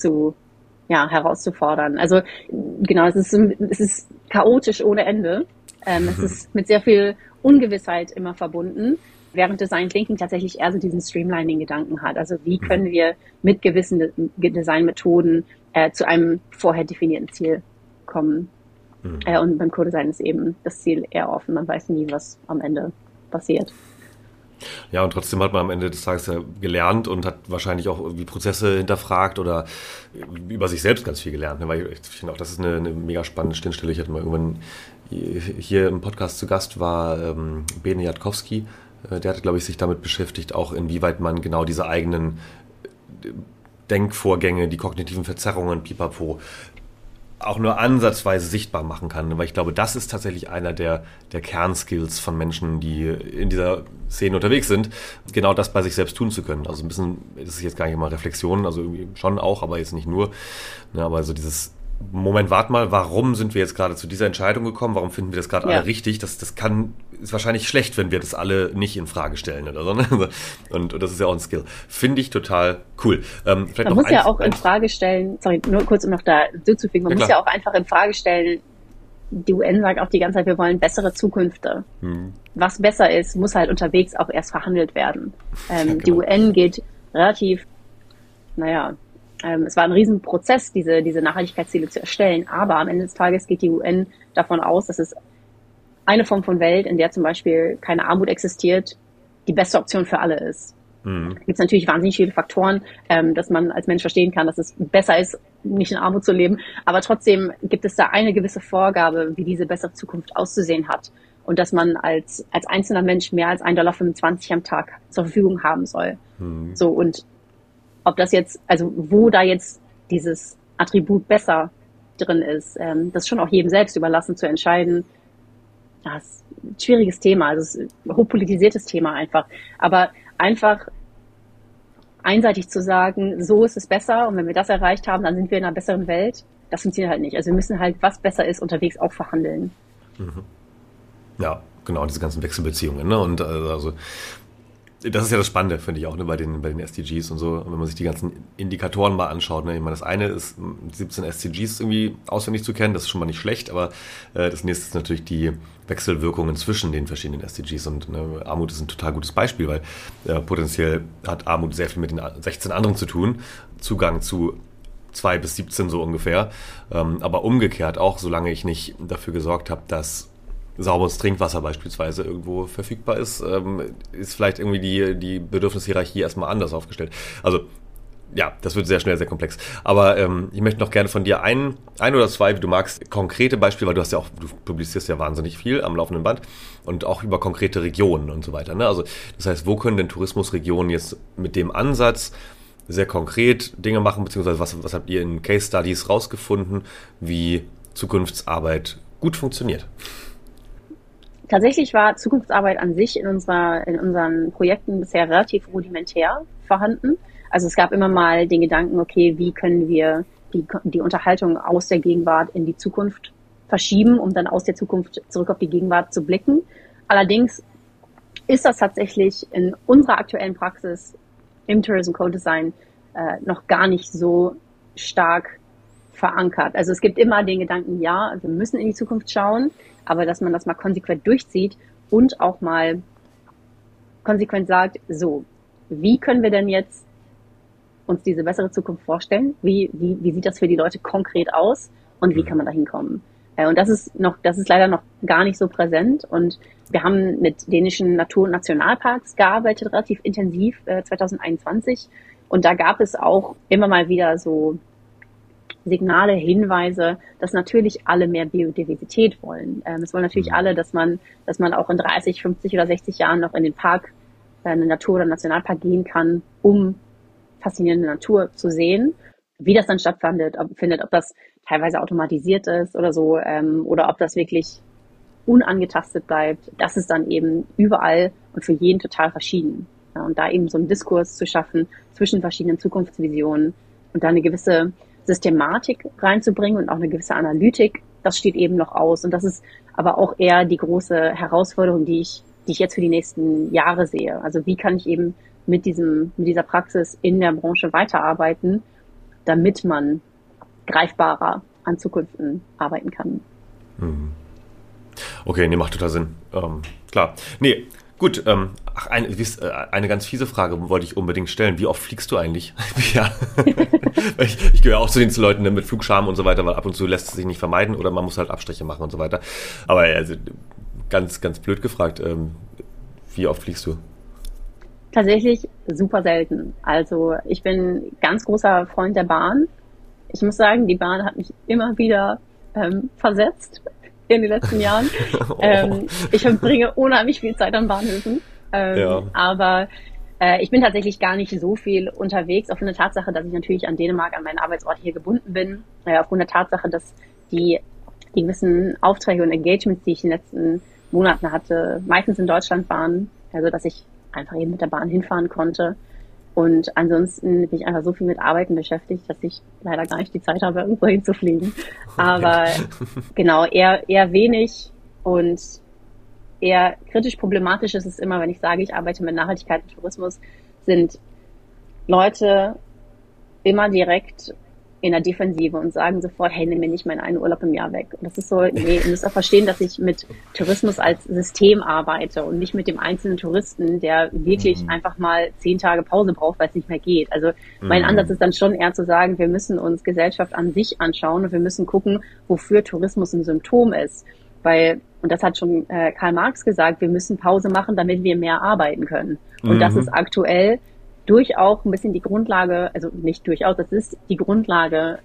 herauszufordern. Also genau, es ist chaotisch ohne Ende. Es ist mit sehr viel Ungewissheit immer verbunden, während Design Thinking tatsächlich eher so diesen Streamlining-Gedanken hat. Also wie können wir mit gewissen Designmethoden zu einem vorher definierten Ziel kommen. Und beim Co-Design ist eben das Ziel eher offen. Man weiß nie, was am Ende passiert. Ja, und trotzdem hat man am Ende des Tages ja gelernt und hat wahrscheinlich auch irgendwie Prozesse hinterfragt oder über sich selbst ganz viel gelernt. Ne? Weil ich finde auch, das ist eine mega spannende Schnittstelle. Ich hatte mal irgendwann hier im Podcast zu Gast war Bene Jatkowski. Der hatte, glaube ich, sich damit beschäftigt, auch inwieweit man genau diese eigenen Denkvorgänge, die kognitiven Verzerrungen, pipapo, auch nur ansatzweise sichtbar machen kann. Weil ich glaube, das ist tatsächlich einer der Kernskills von Menschen, die in dieser Szene unterwegs sind, genau das bei sich selbst tun zu können. Also ein bisschen, das ist jetzt gar nicht immer Reflexion, also irgendwie schon auch, aber jetzt nicht nur. Ne, aber so dieses Moment, warte mal, warum sind wir jetzt gerade zu dieser Entscheidung gekommen? Warum finden wir das gerade alle richtig? Das ist wahrscheinlich schlecht, wenn wir das alle nicht in Frage stellen oder so. Ne? Und das ist ja auch ein Skill. Finde ich total cool. Man muss ja auch in Frage stellen, sorry, nur kurz, um noch da zuzufügen, man muss ja auch einfach in Frage stellen, die UN sagt auch die ganze Zeit, wir wollen bessere Zukünfte. Was besser ist, muss halt unterwegs auch erst verhandelt werden. Genau. Die UN geht relativ, es war ein Riesenprozess, diese Nachhaltigkeitsziele zu erstellen, aber am Ende des Tages geht die UN davon aus, dass es eine Form von Welt, in der zum Beispiel keine Armut existiert, die beste Option für alle ist. Da gibt es natürlich wahnsinnig viele Faktoren, dass man als Mensch verstehen kann, dass es besser ist, nicht in Armut zu leben, aber trotzdem gibt es da eine gewisse Vorgabe, wie diese bessere Zukunft auszusehen hat und dass man als einzelner Mensch mehr als 1,25 $ am Tag zur Verfügung haben soll. So, und ob das jetzt, also wo da jetzt dieses Attribut besser drin ist, das ist schon auch jedem selbst überlassen zu entscheiden. Das ist ein schwieriges Thema, also es ist ein hochpolitisiertes Thema einfach. Aber einfach einseitig zu sagen, so ist es besser und wenn wir das erreicht haben, dann sind wir in einer besseren Welt, das funktioniert halt nicht. Also wir müssen halt, was besser ist, unterwegs auch verhandeln. Ja, genau, diese ganzen Wechselbeziehungen. Ne? Und also das ist ja das Spannende, finde ich auch, ne, bei den SDGs und so. Und wenn man sich die ganzen Indikatoren mal anschaut, ne, ich meine, das eine ist, 17 SDGs irgendwie auswendig zu kennen, das ist schon mal nicht schlecht, aber das nächste ist natürlich die Wechselwirkungen zwischen den verschiedenen SDGs. Und ne, Armut ist ein total gutes Beispiel, weil potenziell hat Armut sehr viel mit den 16 anderen zu tun. Zugang zu 2 bis 17 so ungefähr. Aber umgekehrt auch, solange ich nicht dafür gesorgt habe, dass sauberes Trinkwasser beispielsweise irgendwo verfügbar ist, ist vielleicht irgendwie die Bedürfnishierarchie erstmal anders aufgestellt. Also ja, das wird sehr schnell sehr komplex. Aber ich möchte noch gerne von dir ein oder zwei, wie du magst, konkrete Beispiele, weil du publizierst ja wahnsinnig viel am laufenden Band und auch über konkrete Regionen und so weiter. Ne? Also das heißt, wo können denn Tourismusregionen jetzt mit dem Ansatz sehr konkret Dinge machen, beziehungsweise was habt ihr in Case Studies rausgefunden, wie Zukunftsarbeit gut funktioniert? Tatsächlich war Zukunftsarbeit an sich in unseren Projekten bisher relativ rudimentär vorhanden. Also es gab immer mal den Gedanken, okay, wie können wir die Unterhaltung aus der Gegenwart in die Zukunft verschieben, um dann aus der Zukunft zurück auf die Gegenwart zu blicken. Allerdings ist das tatsächlich in unserer aktuellen Praxis im Tourism Co-Design noch gar nicht so stark verankert. Also es gibt immer den Gedanken, ja, wir müssen in die Zukunft schauen, aber dass man das mal konsequent durchzieht und auch mal konsequent sagt, so, wie können wir denn jetzt uns diese bessere Zukunft vorstellen? Wie sieht das für die Leute konkret aus und wie kann man da hinkommen? Und das ist leider noch gar nicht so präsent. Und wir haben mit dänischen Natur- und Nationalparks gearbeitet, relativ intensiv 2021. Und da gab es auch immer mal wieder so Signale, Hinweise, dass natürlich alle mehr Biodiversität wollen. Es wollen natürlich alle, dass man auch in 30, 50 oder 60 Jahren noch in den Park, einen Natur- oder Nationalpark gehen kann, um faszinierende Natur zu sehen. Wie das dann stattfindet, ob das teilweise automatisiert ist oder so, oder ob das wirklich unangetastet bleibt, das ist dann eben überall und für jeden total verschieden. Ja, und da eben so einen Diskurs zu schaffen zwischen verschiedenen Zukunftsvisionen und da eine gewisse Systematik reinzubringen und auch eine gewisse Analytik, das steht eben noch aus. Und das ist aber auch eher die große Herausforderung, die ich jetzt für die nächsten Jahre sehe. Also wie kann ich eben mit dieser Praxis in der Branche weiterarbeiten, damit man greifbarer an Zukünften arbeiten kann. Okay, nee, macht total Sinn. Klar. Nee, gut. Eine ganz fiese Frage wollte ich unbedingt stellen. Wie oft fliegst du eigentlich? Ja. Ich gehöre auch zu den Leuten mit Flugscham und so weiter, weil ab und zu lässt es sich nicht vermeiden oder man muss halt Abstriche machen und so weiter. Aber also, ganz, ganz blöd gefragt, wie oft fliegst du? Tatsächlich super selten. Also ich bin ganz großer Freund der Bahn. Ich muss sagen, die Bahn hat mich immer wieder versetzt in den letzten Jahren. Ich verbringe unheimlich viel Zeit an Bahnhöfen. Aber ich bin tatsächlich gar nicht so viel unterwegs, aufgrund der Tatsache, dass ich natürlich an Dänemark, an meinen Arbeitsort hier gebunden bin. Aufgrund der Tatsache, dass die gewissen Aufträge und Engagements, die ich in den letzten Monaten hatte, meistens in Deutschland waren. Also dass ich einfach eben mit der Bahn hinfahren konnte. Und ansonsten bin ich einfach so viel mit Arbeiten beschäftigt, dass ich leider gar nicht die Zeit habe, irgendwo hinzufliegen. Aber genau, eher wenig und eher kritisch problematisch ist es immer, wenn ich sage, ich arbeite mit Nachhaltigkeit und Tourismus, sind Leute immer direkt in der Defensive und sagen sofort, hey, nimm mir nicht meinen einen Urlaub im Jahr weg. Und das ist so, nee, ihr müsst auch verstehen, dass ich mit Tourismus als System arbeite und nicht mit dem einzelnen Touristen, der wirklich einfach mal 10 Tage Pause braucht, weil es nicht mehr geht. Also mein Ansatz ist dann schon eher zu sagen, wir müssen uns Gesellschaft an sich anschauen und wir müssen gucken, wofür Tourismus ein Symptom ist. Weil, und das hat schon Karl Marx gesagt, wir müssen Pause machen, damit wir mehr arbeiten können. Und das ist aktuell durchaus ein bisschen die Grundlage, also nicht durchaus, das ist die Grundlage,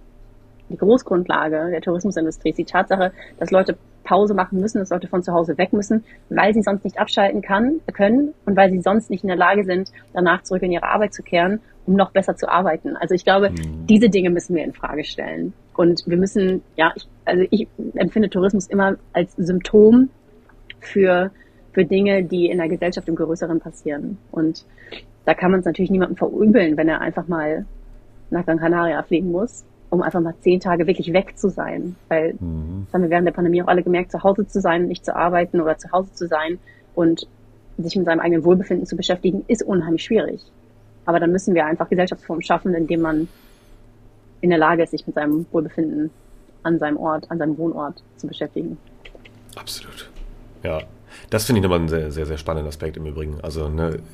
die Großgrundlage der Tourismusindustrie ist die Tatsache, dass Leute Pause machen müssen, dass Leute von zu Hause weg müssen, weil sie sonst nicht abschalten können und weil sie sonst nicht in der Lage sind, danach zurück in ihre Arbeit zu kehren, um noch besser zu arbeiten. Also ich glaube, diese Dinge müssen wir in Frage stellen. Und wir müssen, ich empfinde Tourismus immer als Symptom für Dinge, die in der Gesellschaft im Größeren passieren. Und da kann man es natürlich niemandem verübeln, wenn er einfach mal nach Gran Canaria fliegen muss, um einfach mal 10 Tage wirklich weg zu sein. Weil das haben wir während der Pandemie auch alle gemerkt, zu Hause zu sein, nicht zu arbeiten oder zu Hause zu sein und sich mit seinem eigenen Wohlbefinden zu beschäftigen, ist unheimlich schwierig. Aber dann müssen wir einfach Gesellschaftsformen schaffen, indem man in der Lage ist, sich mit seinem Wohlbefinden an seinem Ort, an seinem Wohnort zu beschäftigen. Absolut. Ja, das finde ich nochmal einen sehr, sehr, sehr spannenden Aspekt im Übrigen. Also,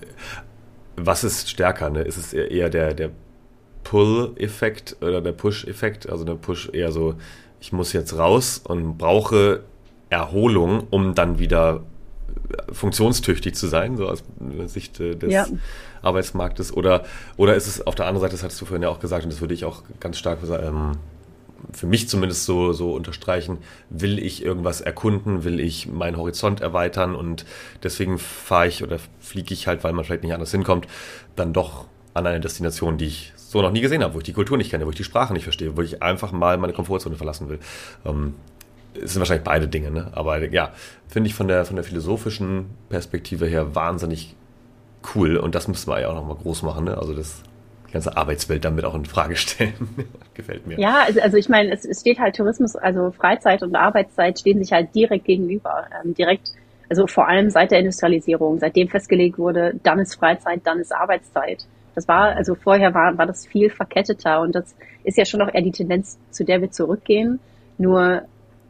was ist stärker? Ist es eher der Pull-Effekt oder der Push-Effekt? Also der Push eher so, ich muss jetzt raus und brauche Erholung, um dann wieder funktionstüchtig zu sein, so aus Sicht des Arbeitsmarktes. Oder ist es auf der anderen Seite, das hattest du vorhin ja auch gesagt, und das würde ich auch ganz stark für mich zumindest so unterstreichen, will ich irgendwas erkunden, will ich meinen Horizont erweitern und deswegen fahre ich oder fliege ich halt, weil man vielleicht nicht anders hinkommt, dann doch an eine Destination, die ich so noch nie gesehen habe, wo ich die Kultur nicht kenne, wo ich die Sprache nicht verstehe, wo ich einfach mal meine Komfortzone verlassen will. Es sind wahrscheinlich beide Dinge, ne? Aber ja, finde ich von der philosophischen Perspektive her wahnsinnig cool und das müssen wir ja auch nochmal groß machen, ne? Also die ganze Arbeitswelt damit auch in Frage stellen. Gefällt mir. Ja, also ich meine, es steht halt Tourismus, also Freizeit und Arbeitszeit stehen sich halt direkt gegenüber. Also vor allem seit der Industrialisierung, seitdem festgelegt wurde, dann ist Freizeit, dann ist Arbeitszeit. Das war, also vorher war das viel verketteter und das ist ja schon auch eher die Tendenz, zu der wir zurückgehen. Nur,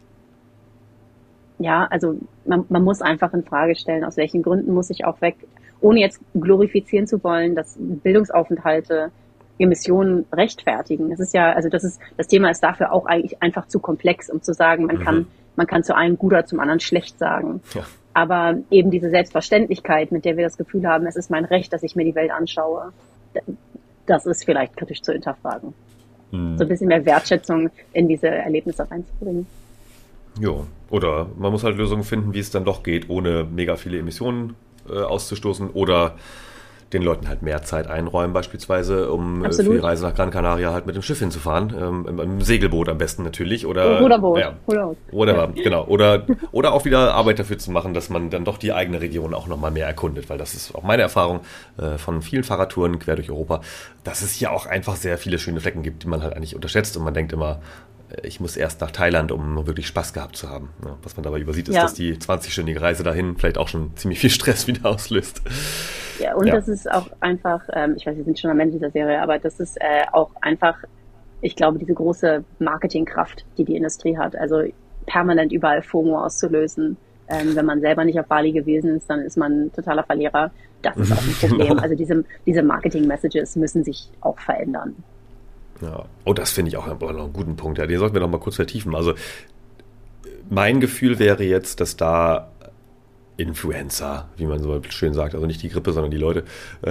ja, also man muss einfach in Frage stellen, aus welchen Gründen muss ich auch weg, ohne jetzt glorifizieren zu wollen, dass Bildungsaufenthalte Emissionen rechtfertigen. Das Thema ist dafür auch eigentlich einfach zu komplex, um zu sagen, man kann zu einem gut oder zum anderen schlecht sagen. Ja. Aber eben diese Selbstverständlichkeit, mit der wir das Gefühl haben, es ist mein Recht, dass ich mir die Welt anschaue, das ist vielleicht kritisch zu hinterfragen. So ein bisschen mehr Wertschätzung in diese Erlebnisse reinzubringen. Ja, oder man muss halt Lösungen finden, wie es dann doch geht, ohne mega viele Emissionen auszustoßen oder den Leuten halt mehr Zeit einräumen, beispielsweise, um für die Reise nach Gran Canaria halt mit dem Schiff hinzufahren. Im Segelboot am besten natürlich. Oder Ruderboot. Ja, Whatever, ja. Genau. Oder auch wieder Arbeit dafür zu machen, dass man dann doch die eigene Region auch nochmal mehr erkundet, weil das ist auch meine Erfahrung von vielen Fahrradtouren quer durch Europa, dass es hier auch einfach sehr viele schöne Flecken gibt, die man halt eigentlich unterschätzt und man denkt immer, ich muss erst nach Thailand, um wirklich Spaß gehabt zu haben. Ja, was man dabei übersieht, ist, dass die 20-stündige Reise dahin vielleicht auch schon ziemlich viel Stress wieder auslöst. Ja, und das ist auch einfach, ich weiß, wir sind schon am Ende dieser Serie, aber das ist auch einfach, ich glaube, diese große Marketingkraft, die die Industrie hat, also permanent überall FOMO auszulösen. Wenn man selber nicht auf Bali gewesen ist, dann ist man ein totaler Verlierer. Das ist auch ein Problem. Genau. Also diese Marketing-Messages müssen sich auch verändern. Ja. Oh, das finde ich auch noch einen guten Punkt. Ja, den sollten wir noch mal kurz vertiefen. Also mein Gefühl wäre jetzt, dass da Influencer, wie man so schön sagt, also nicht die Grippe, sondern die Leute,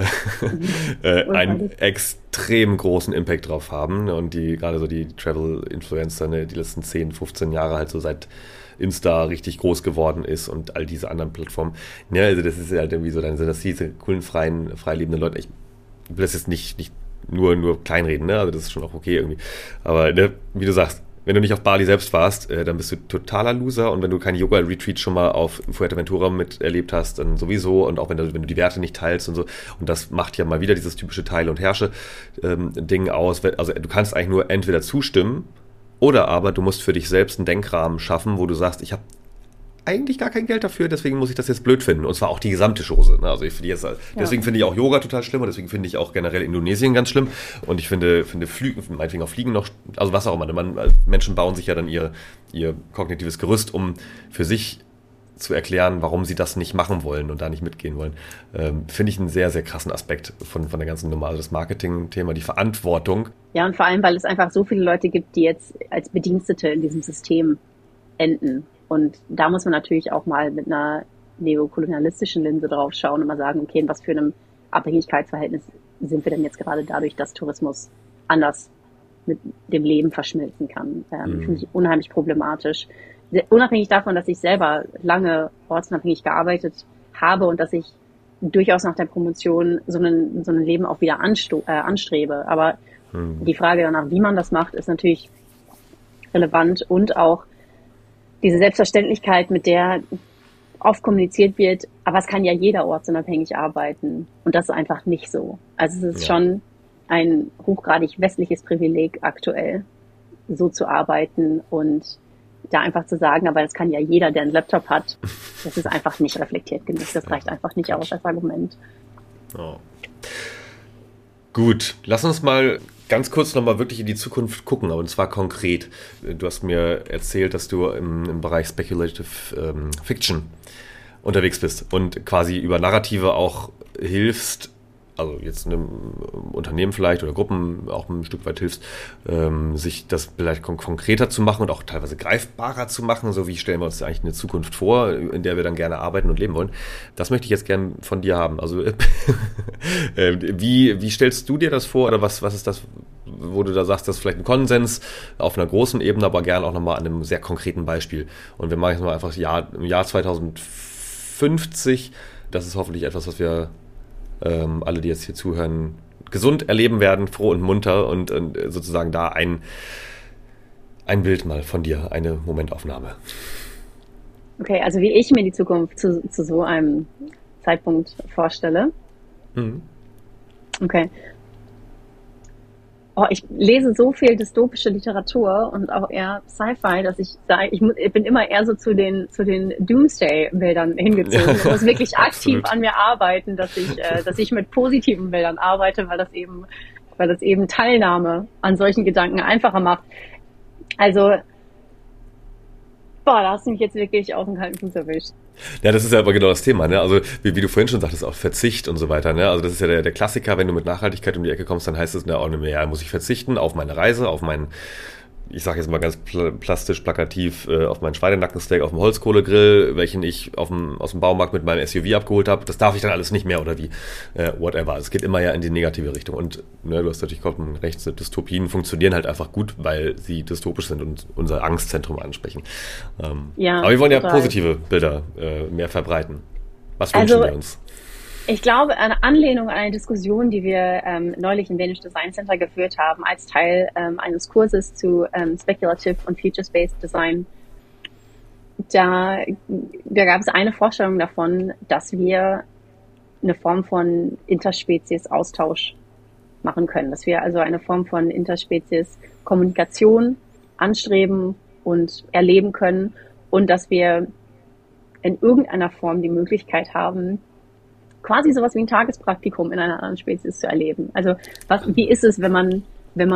einen extrem großen Impact drauf haben. Und gerade so die Travel-Influencer, die letzten 10, 15 Jahre halt so seit Insta richtig groß geworden ist und all diese anderen Plattformen. Ja, also das ist halt irgendwie so, dann sind das diese coolen, freilebenden Leute. Ich will das jetzt nicht nur kleinreden, ne? Also das ist schon auch okay irgendwie. Aber ne, wie du sagst, wenn du nicht auf Bali selbst warst, dann bist du totaler Loser und wenn du keinen Yoga-Retreat schon mal auf Fuerteventura miterlebt hast, dann sowieso und auch wenn du die Werte nicht teilst und so. Und das macht ja mal wieder dieses typische Teile- und Herrsche-Ding aus. Also du kannst eigentlich nur entweder zustimmen oder aber du musst für dich selbst einen Denkrahmen schaffen, wo du sagst, ich habe eigentlich gar kein Geld dafür, deswegen muss ich das jetzt blöd finden. Und zwar auch die gesamte Chose. Also deswegen finde ich auch Yoga total schlimm und deswegen finde ich auch generell Indonesien ganz schlimm. Und ich finde meinetwegen auch Fliegen noch, also was auch immer. Menschen bauen sich ja dann ihr kognitives Gerüst, um für sich zu erklären, warum sie das nicht machen wollen und da nicht mitgehen wollen. Finde ich einen sehr, sehr krassen Aspekt von der ganzen Nummer. Also das Marketing-Thema, die Verantwortung. Ja, und vor allem, weil es einfach so viele Leute gibt, die jetzt als Bedienstete in diesem System enden. Und da muss man natürlich auch mal mit einer neokolonialistischen Linse drauf schauen und mal sagen, okay, in was für einem Abhängigkeitsverhältnis sind wir denn jetzt gerade dadurch, dass Tourismus anders mit dem Leben verschmilzen kann. Finde ich unheimlich problematisch. Unabhängig davon, dass ich selber lange ortsunabhängig gearbeitet habe und dass ich durchaus nach der Promotion so ein Leben auch wieder anstrebe. Aber die Frage danach, wie man das macht, ist natürlich relevant und auch diese Selbstverständlichkeit, mit der oft kommuniziert wird, aber es kann ja jeder ortsunabhängig arbeiten. Und das ist einfach nicht so. Also es ist schon ein hochgradig westliches Privileg aktuell, so zu arbeiten und da einfach zu sagen, aber das kann ja jeder, der einen Laptop hat, das ist einfach nicht reflektiert genug. Das reicht einfach nicht aus als Argument. Oh. Gut, lass uns mal ganz kurz nochmal wirklich in die Zukunft gucken, und zwar konkret. Du hast mir erzählt, dass du im Bereich Speculative Fiction unterwegs bist und quasi über Narrative auch hilfst, also jetzt einem Unternehmen vielleicht oder Gruppen auch ein Stück weit hilfst, sich das vielleicht konkreter zu machen und auch teilweise greifbarer zu machen, so wie stellen wir uns eigentlich eine Zukunft vor, in der wir dann gerne arbeiten und leben wollen. Das möchte ich jetzt gern von dir haben. Also wie stellst du dir das vor oder was ist das, wo du da sagst, das ist vielleicht ein Konsens auf einer großen Ebene, aber gerne auch nochmal an einem sehr konkreten Beispiel. Und wir machen jetzt mal einfach im Jahr 2050, das ist hoffentlich etwas, was wir alle, die jetzt hier zuhören, gesund erleben werden, froh und munter und sozusagen da ein Bild mal von dir, eine Momentaufnahme. Okay, also wie ich mir die Zukunft zu so einem Zeitpunkt vorstelle. Okay. Ich lese so viel dystopische Literatur und auch eher Sci-Fi, dass ich sage, ich bin immer eher so zu den Doomsday-Bildern hingezogen. Ich muss wirklich aktiv an mir arbeiten, dass ich mit positiven Bildern arbeite, weil das eben Teilnahme an solchen Gedanken einfacher macht. Also, da hast du mich jetzt wirklich auf den kalten Fuß erwischt. Ja, das ist ja aber genau das Thema, ne? Also wie du vorhin schon sagtest, auch Verzicht und so weiter, ne? Also das ist ja der Klassiker, wenn du mit Nachhaltigkeit um die Ecke kommst, dann heißt es, muss ich verzichten auf meine Reise, auf meinen, ich sage jetzt mal ganz plastisch, plakativ, auf meinen Schweinenackensteak, auf dem Holzkohlegrill, welchen ich aus dem Baumarkt mit meinem SUV abgeholt habe. Das darf ich dann alles nicht mehr oder wie, whatever. Es geht immer ja in die negative Richtung. Und du hast natürlich vollkommen recht, Dystopien funktionieren halt einfach gut, weil sie dystopisch sind und unser Angstzentrum ansprechen. Aber wir wollen ja positive Bilder mehr verbreiten. Was wünschen wir uns? Ich glaube, eine Anlehnung an eine Diskussion, die wir neulich im Danish Design Center geführt haben, als Teil eines Kurses zu Speculative und Future-Based Design. Da gab es eine Vorstellung davon, dass wir eine Form von Interspezies-Austausch machen können. Dass wir also eine Form von Interspezies-Kommunikation anstreben und erleben können und dass wir in irgendeiner Form die Möglichkeit haben, quasi sowas wie ein Tagespraktikum in einer anderen Spezies zu erleben. Also wie ist es, wenn man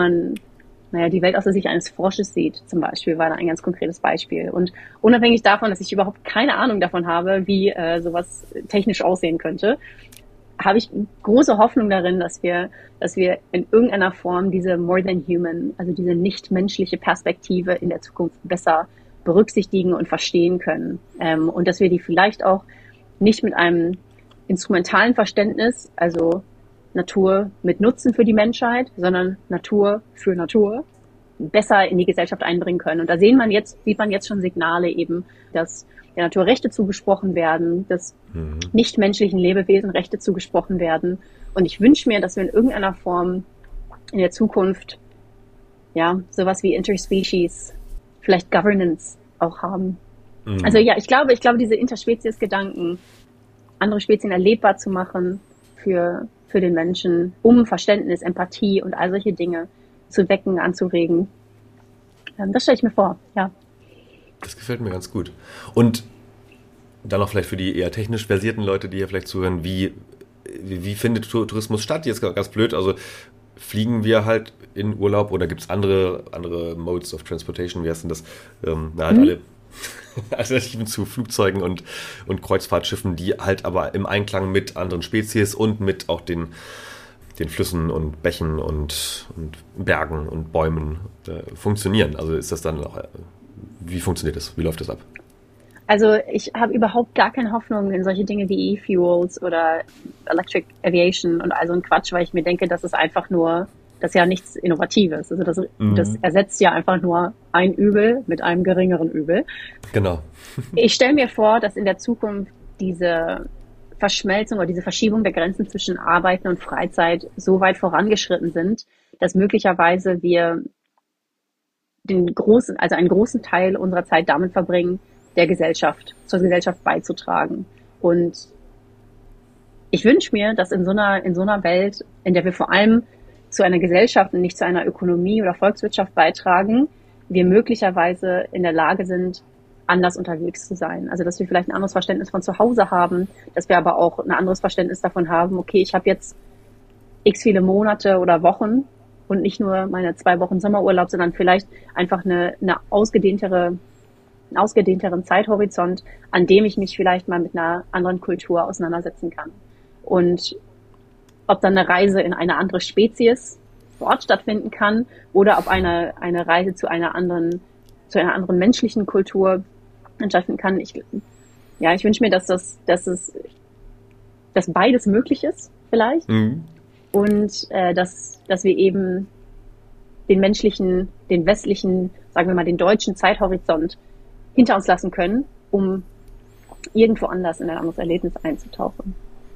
die Welt aus der Sicht eines Frosches sieht, zum Beispiel, war da ein ganz konkretes Beispiel. Und unabhängig davon, dass ich überhaupt keine Ahnung davon habe, wie sowas technisch aussehen könnte, habe ich große Hoffnung darin, dass wir in irgendeiner Form diese more than human, also diese nicht-menschliche Perspektive in der Zukunft besser berücksichtigen und verstehen können. Und dass wir die vielleicht auch nicht mit einem instrumentalen Verständnis, also Natur mit Nutzen für die Menschheit, sondern Natur für Natur, besser in die Gesellschaft einbringen können. Und da sieht man jetzt schon Signale eben, dass der Natur Rechte zugesprochen werden, dass nichtmenschlichen Lebewesen Rechte zugesprochen werden. Und ich wünsche mir, dass wir in irgendeiner Form in der Zukunft sowas wie Interspecies, vielleicht Governance auch haben. Also ich glaube, diese Interspezies-Gedanken, andere Spezien erlebbar zu machen für den Menschen, um Verständnis, Empathie und all solche Dinge zu wecken, anzuregen. Das stelle ich mir vor, ja. Das gefällt mir ganz gut. Und dann auch vielleicht für die eher technisch versierten Leute, die hier vielleicht zuhören, wie findet Tourismus statt? Jetzt ganz blöd, also fliegen wir halt in Urlaub oder gibt es andere Modes of Transportation? Wie heißt denn das? Alle Alternativen zu Flugzeugen und Kreuzfahrtschiffen, die halt aber im Einklang mit anderen Spezies und mit auch den Flüssen und Bächen und Bergen und Bäumen funktionieren. Also ist das dann auch, wie funktioniert das? Wie läuft das ab? Also ich habe überhaupt gar keine Hoffnung in solche Dinge wie E-Fuels oder Electric Aviation und all so ein Quatsch, weil ich mir denke, das ist ja nichts Innovatives. Also das ersetzt ja einfach nur ein Übel mit einem geringeren Übel. Genau. Ich stelle mir vor, dass in der Zukunft diese Verschmelzung oder diese Verschiebung der Grenzen zwischen Arbeiten und Freizeit so weit vorangeschritten sind, dass möglicherweise wir einen großen Teil unserer Zeit damit verbringen, zur Gesellschaft beizutragen. Und ich wünsche mir, dass in so einer Welt, in der wir vor allem zu einer Gesellschaft und nicht zu einer Ökonomie oder Volkswirtschaft beitragen, wir möglicherweise in der Lage sind, anders unterwegs zu sein. Also dass wir vielleicht ein anderes Verständnis von zu Hause haben, dass wir aber auch ein anderes Verständnis davon haben, okay, ich habe jetzt x viele Monate oder Wochen und nicht nur meine 2 Wochen Sommerurlaub, sondern vielleicht einfach einen ausgedehnteren Zeithorizont, an dem ich mich vielleicht mal mit einer anderen Kultur auseinandersetzen kann. Und ob dann eine Reise in eine andere Spezies vor Ort stattfinden kann oder ob eine Reise zu einer anderen menschlichen Kultur stattfinden kann. Ich wünsche mir, dass beides möglich ist, vielleicht. Und dass wir eben den westlichen, sagen wir mal, den deutschen Zeithorizont hinter uns lassen können, um irgendwo anders in ein anderes Erlebnis einzutauchen.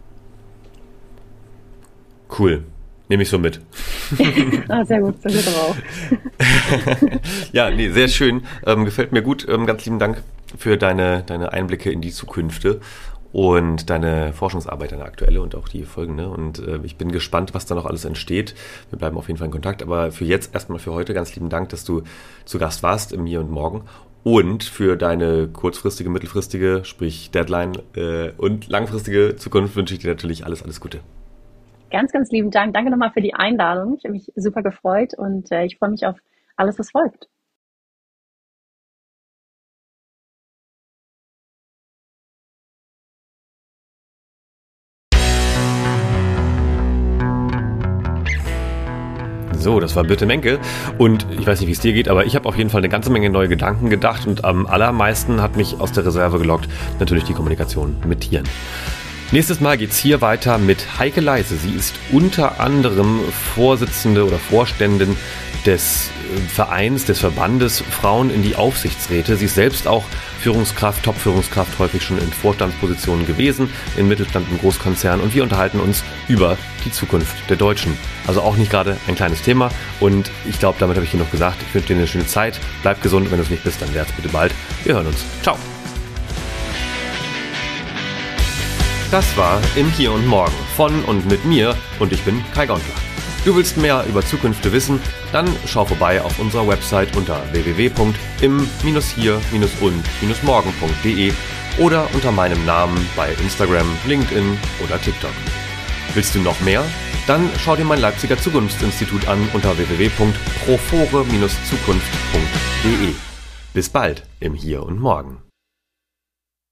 Cool. Nehme ich so mit. Sehr gut, so gut aber auch. Ja, nee, sehr schön. Gefällt mir gut. Ganz lieben Dank für deine Einblicke in die Zukünfte. und deine Forschungsarbeit, deine aktuelle und auch die folgende. Und ich bin gespannt, was da noch alles entsteht. Wir bleiben auf jeden Fall in Kontakt. Aber für jetzt erstmal für heute ganz lieben Dank, dass du zu Gast warst im Hier und Morgen. Und für deine kurzfristige, mittelfristige, sprich Deadline und langfristige Zukunft wünsche ich dir natürlich alles, alles Gute. Ganz, ganz lieben Dank. Danke nochmal für die Einladung. Ich habe mich super gefreut und ich freue mich auf alles, was folgt. So, das war Birte Menke und ich weiß nicht, wie es dir geht, aber ich habe auf jeden Fall eine ganze Menge neue Gedanken gedacht und am allermeisten hat mich aus der Reserve gelockt natürlich die Kommunikation mit Tieren. Nächstes Mal geht's hier weiter mit Heike Leise. Sie ist unter anderem Vorsitzende oder Vorständin des Vereins, des Verbandes Frauen in die Aufsichtsräte. Sie ist selbst auch Führungskraft, Top-Führungskraft, häufig schon in Vorstandspositionen gewesen, in Mittelstand und Großkonzernen. Und wir unterhalten uns über die Zukunft der Deutschen. Also auch nicht gerade ein kleines Thema. Und ich glaube, damit habe ich genug gesagt. Ich wünsche dir eine schöne Zeit. Bleib gesund. Wenn du es nicht bist, dann wär's bitte bald. Wir hören uns. Ciao. Das war Im Hier und Morgen von und mit mir und ich bin Kai Gondler. Du willst mehr über Zukünfte wissen? Dann schau vorbei auf unserer Website unter www.im-hier-und-morgen.de oder unter meinem Namen bei Instagram, LinkedIn oder TikTok. Willst du noch mehr? Dann schau dir mein Leipziger Zukunftsinstitut an unter www.profore-zukunft.de. Bis bald im Hier und Morgen.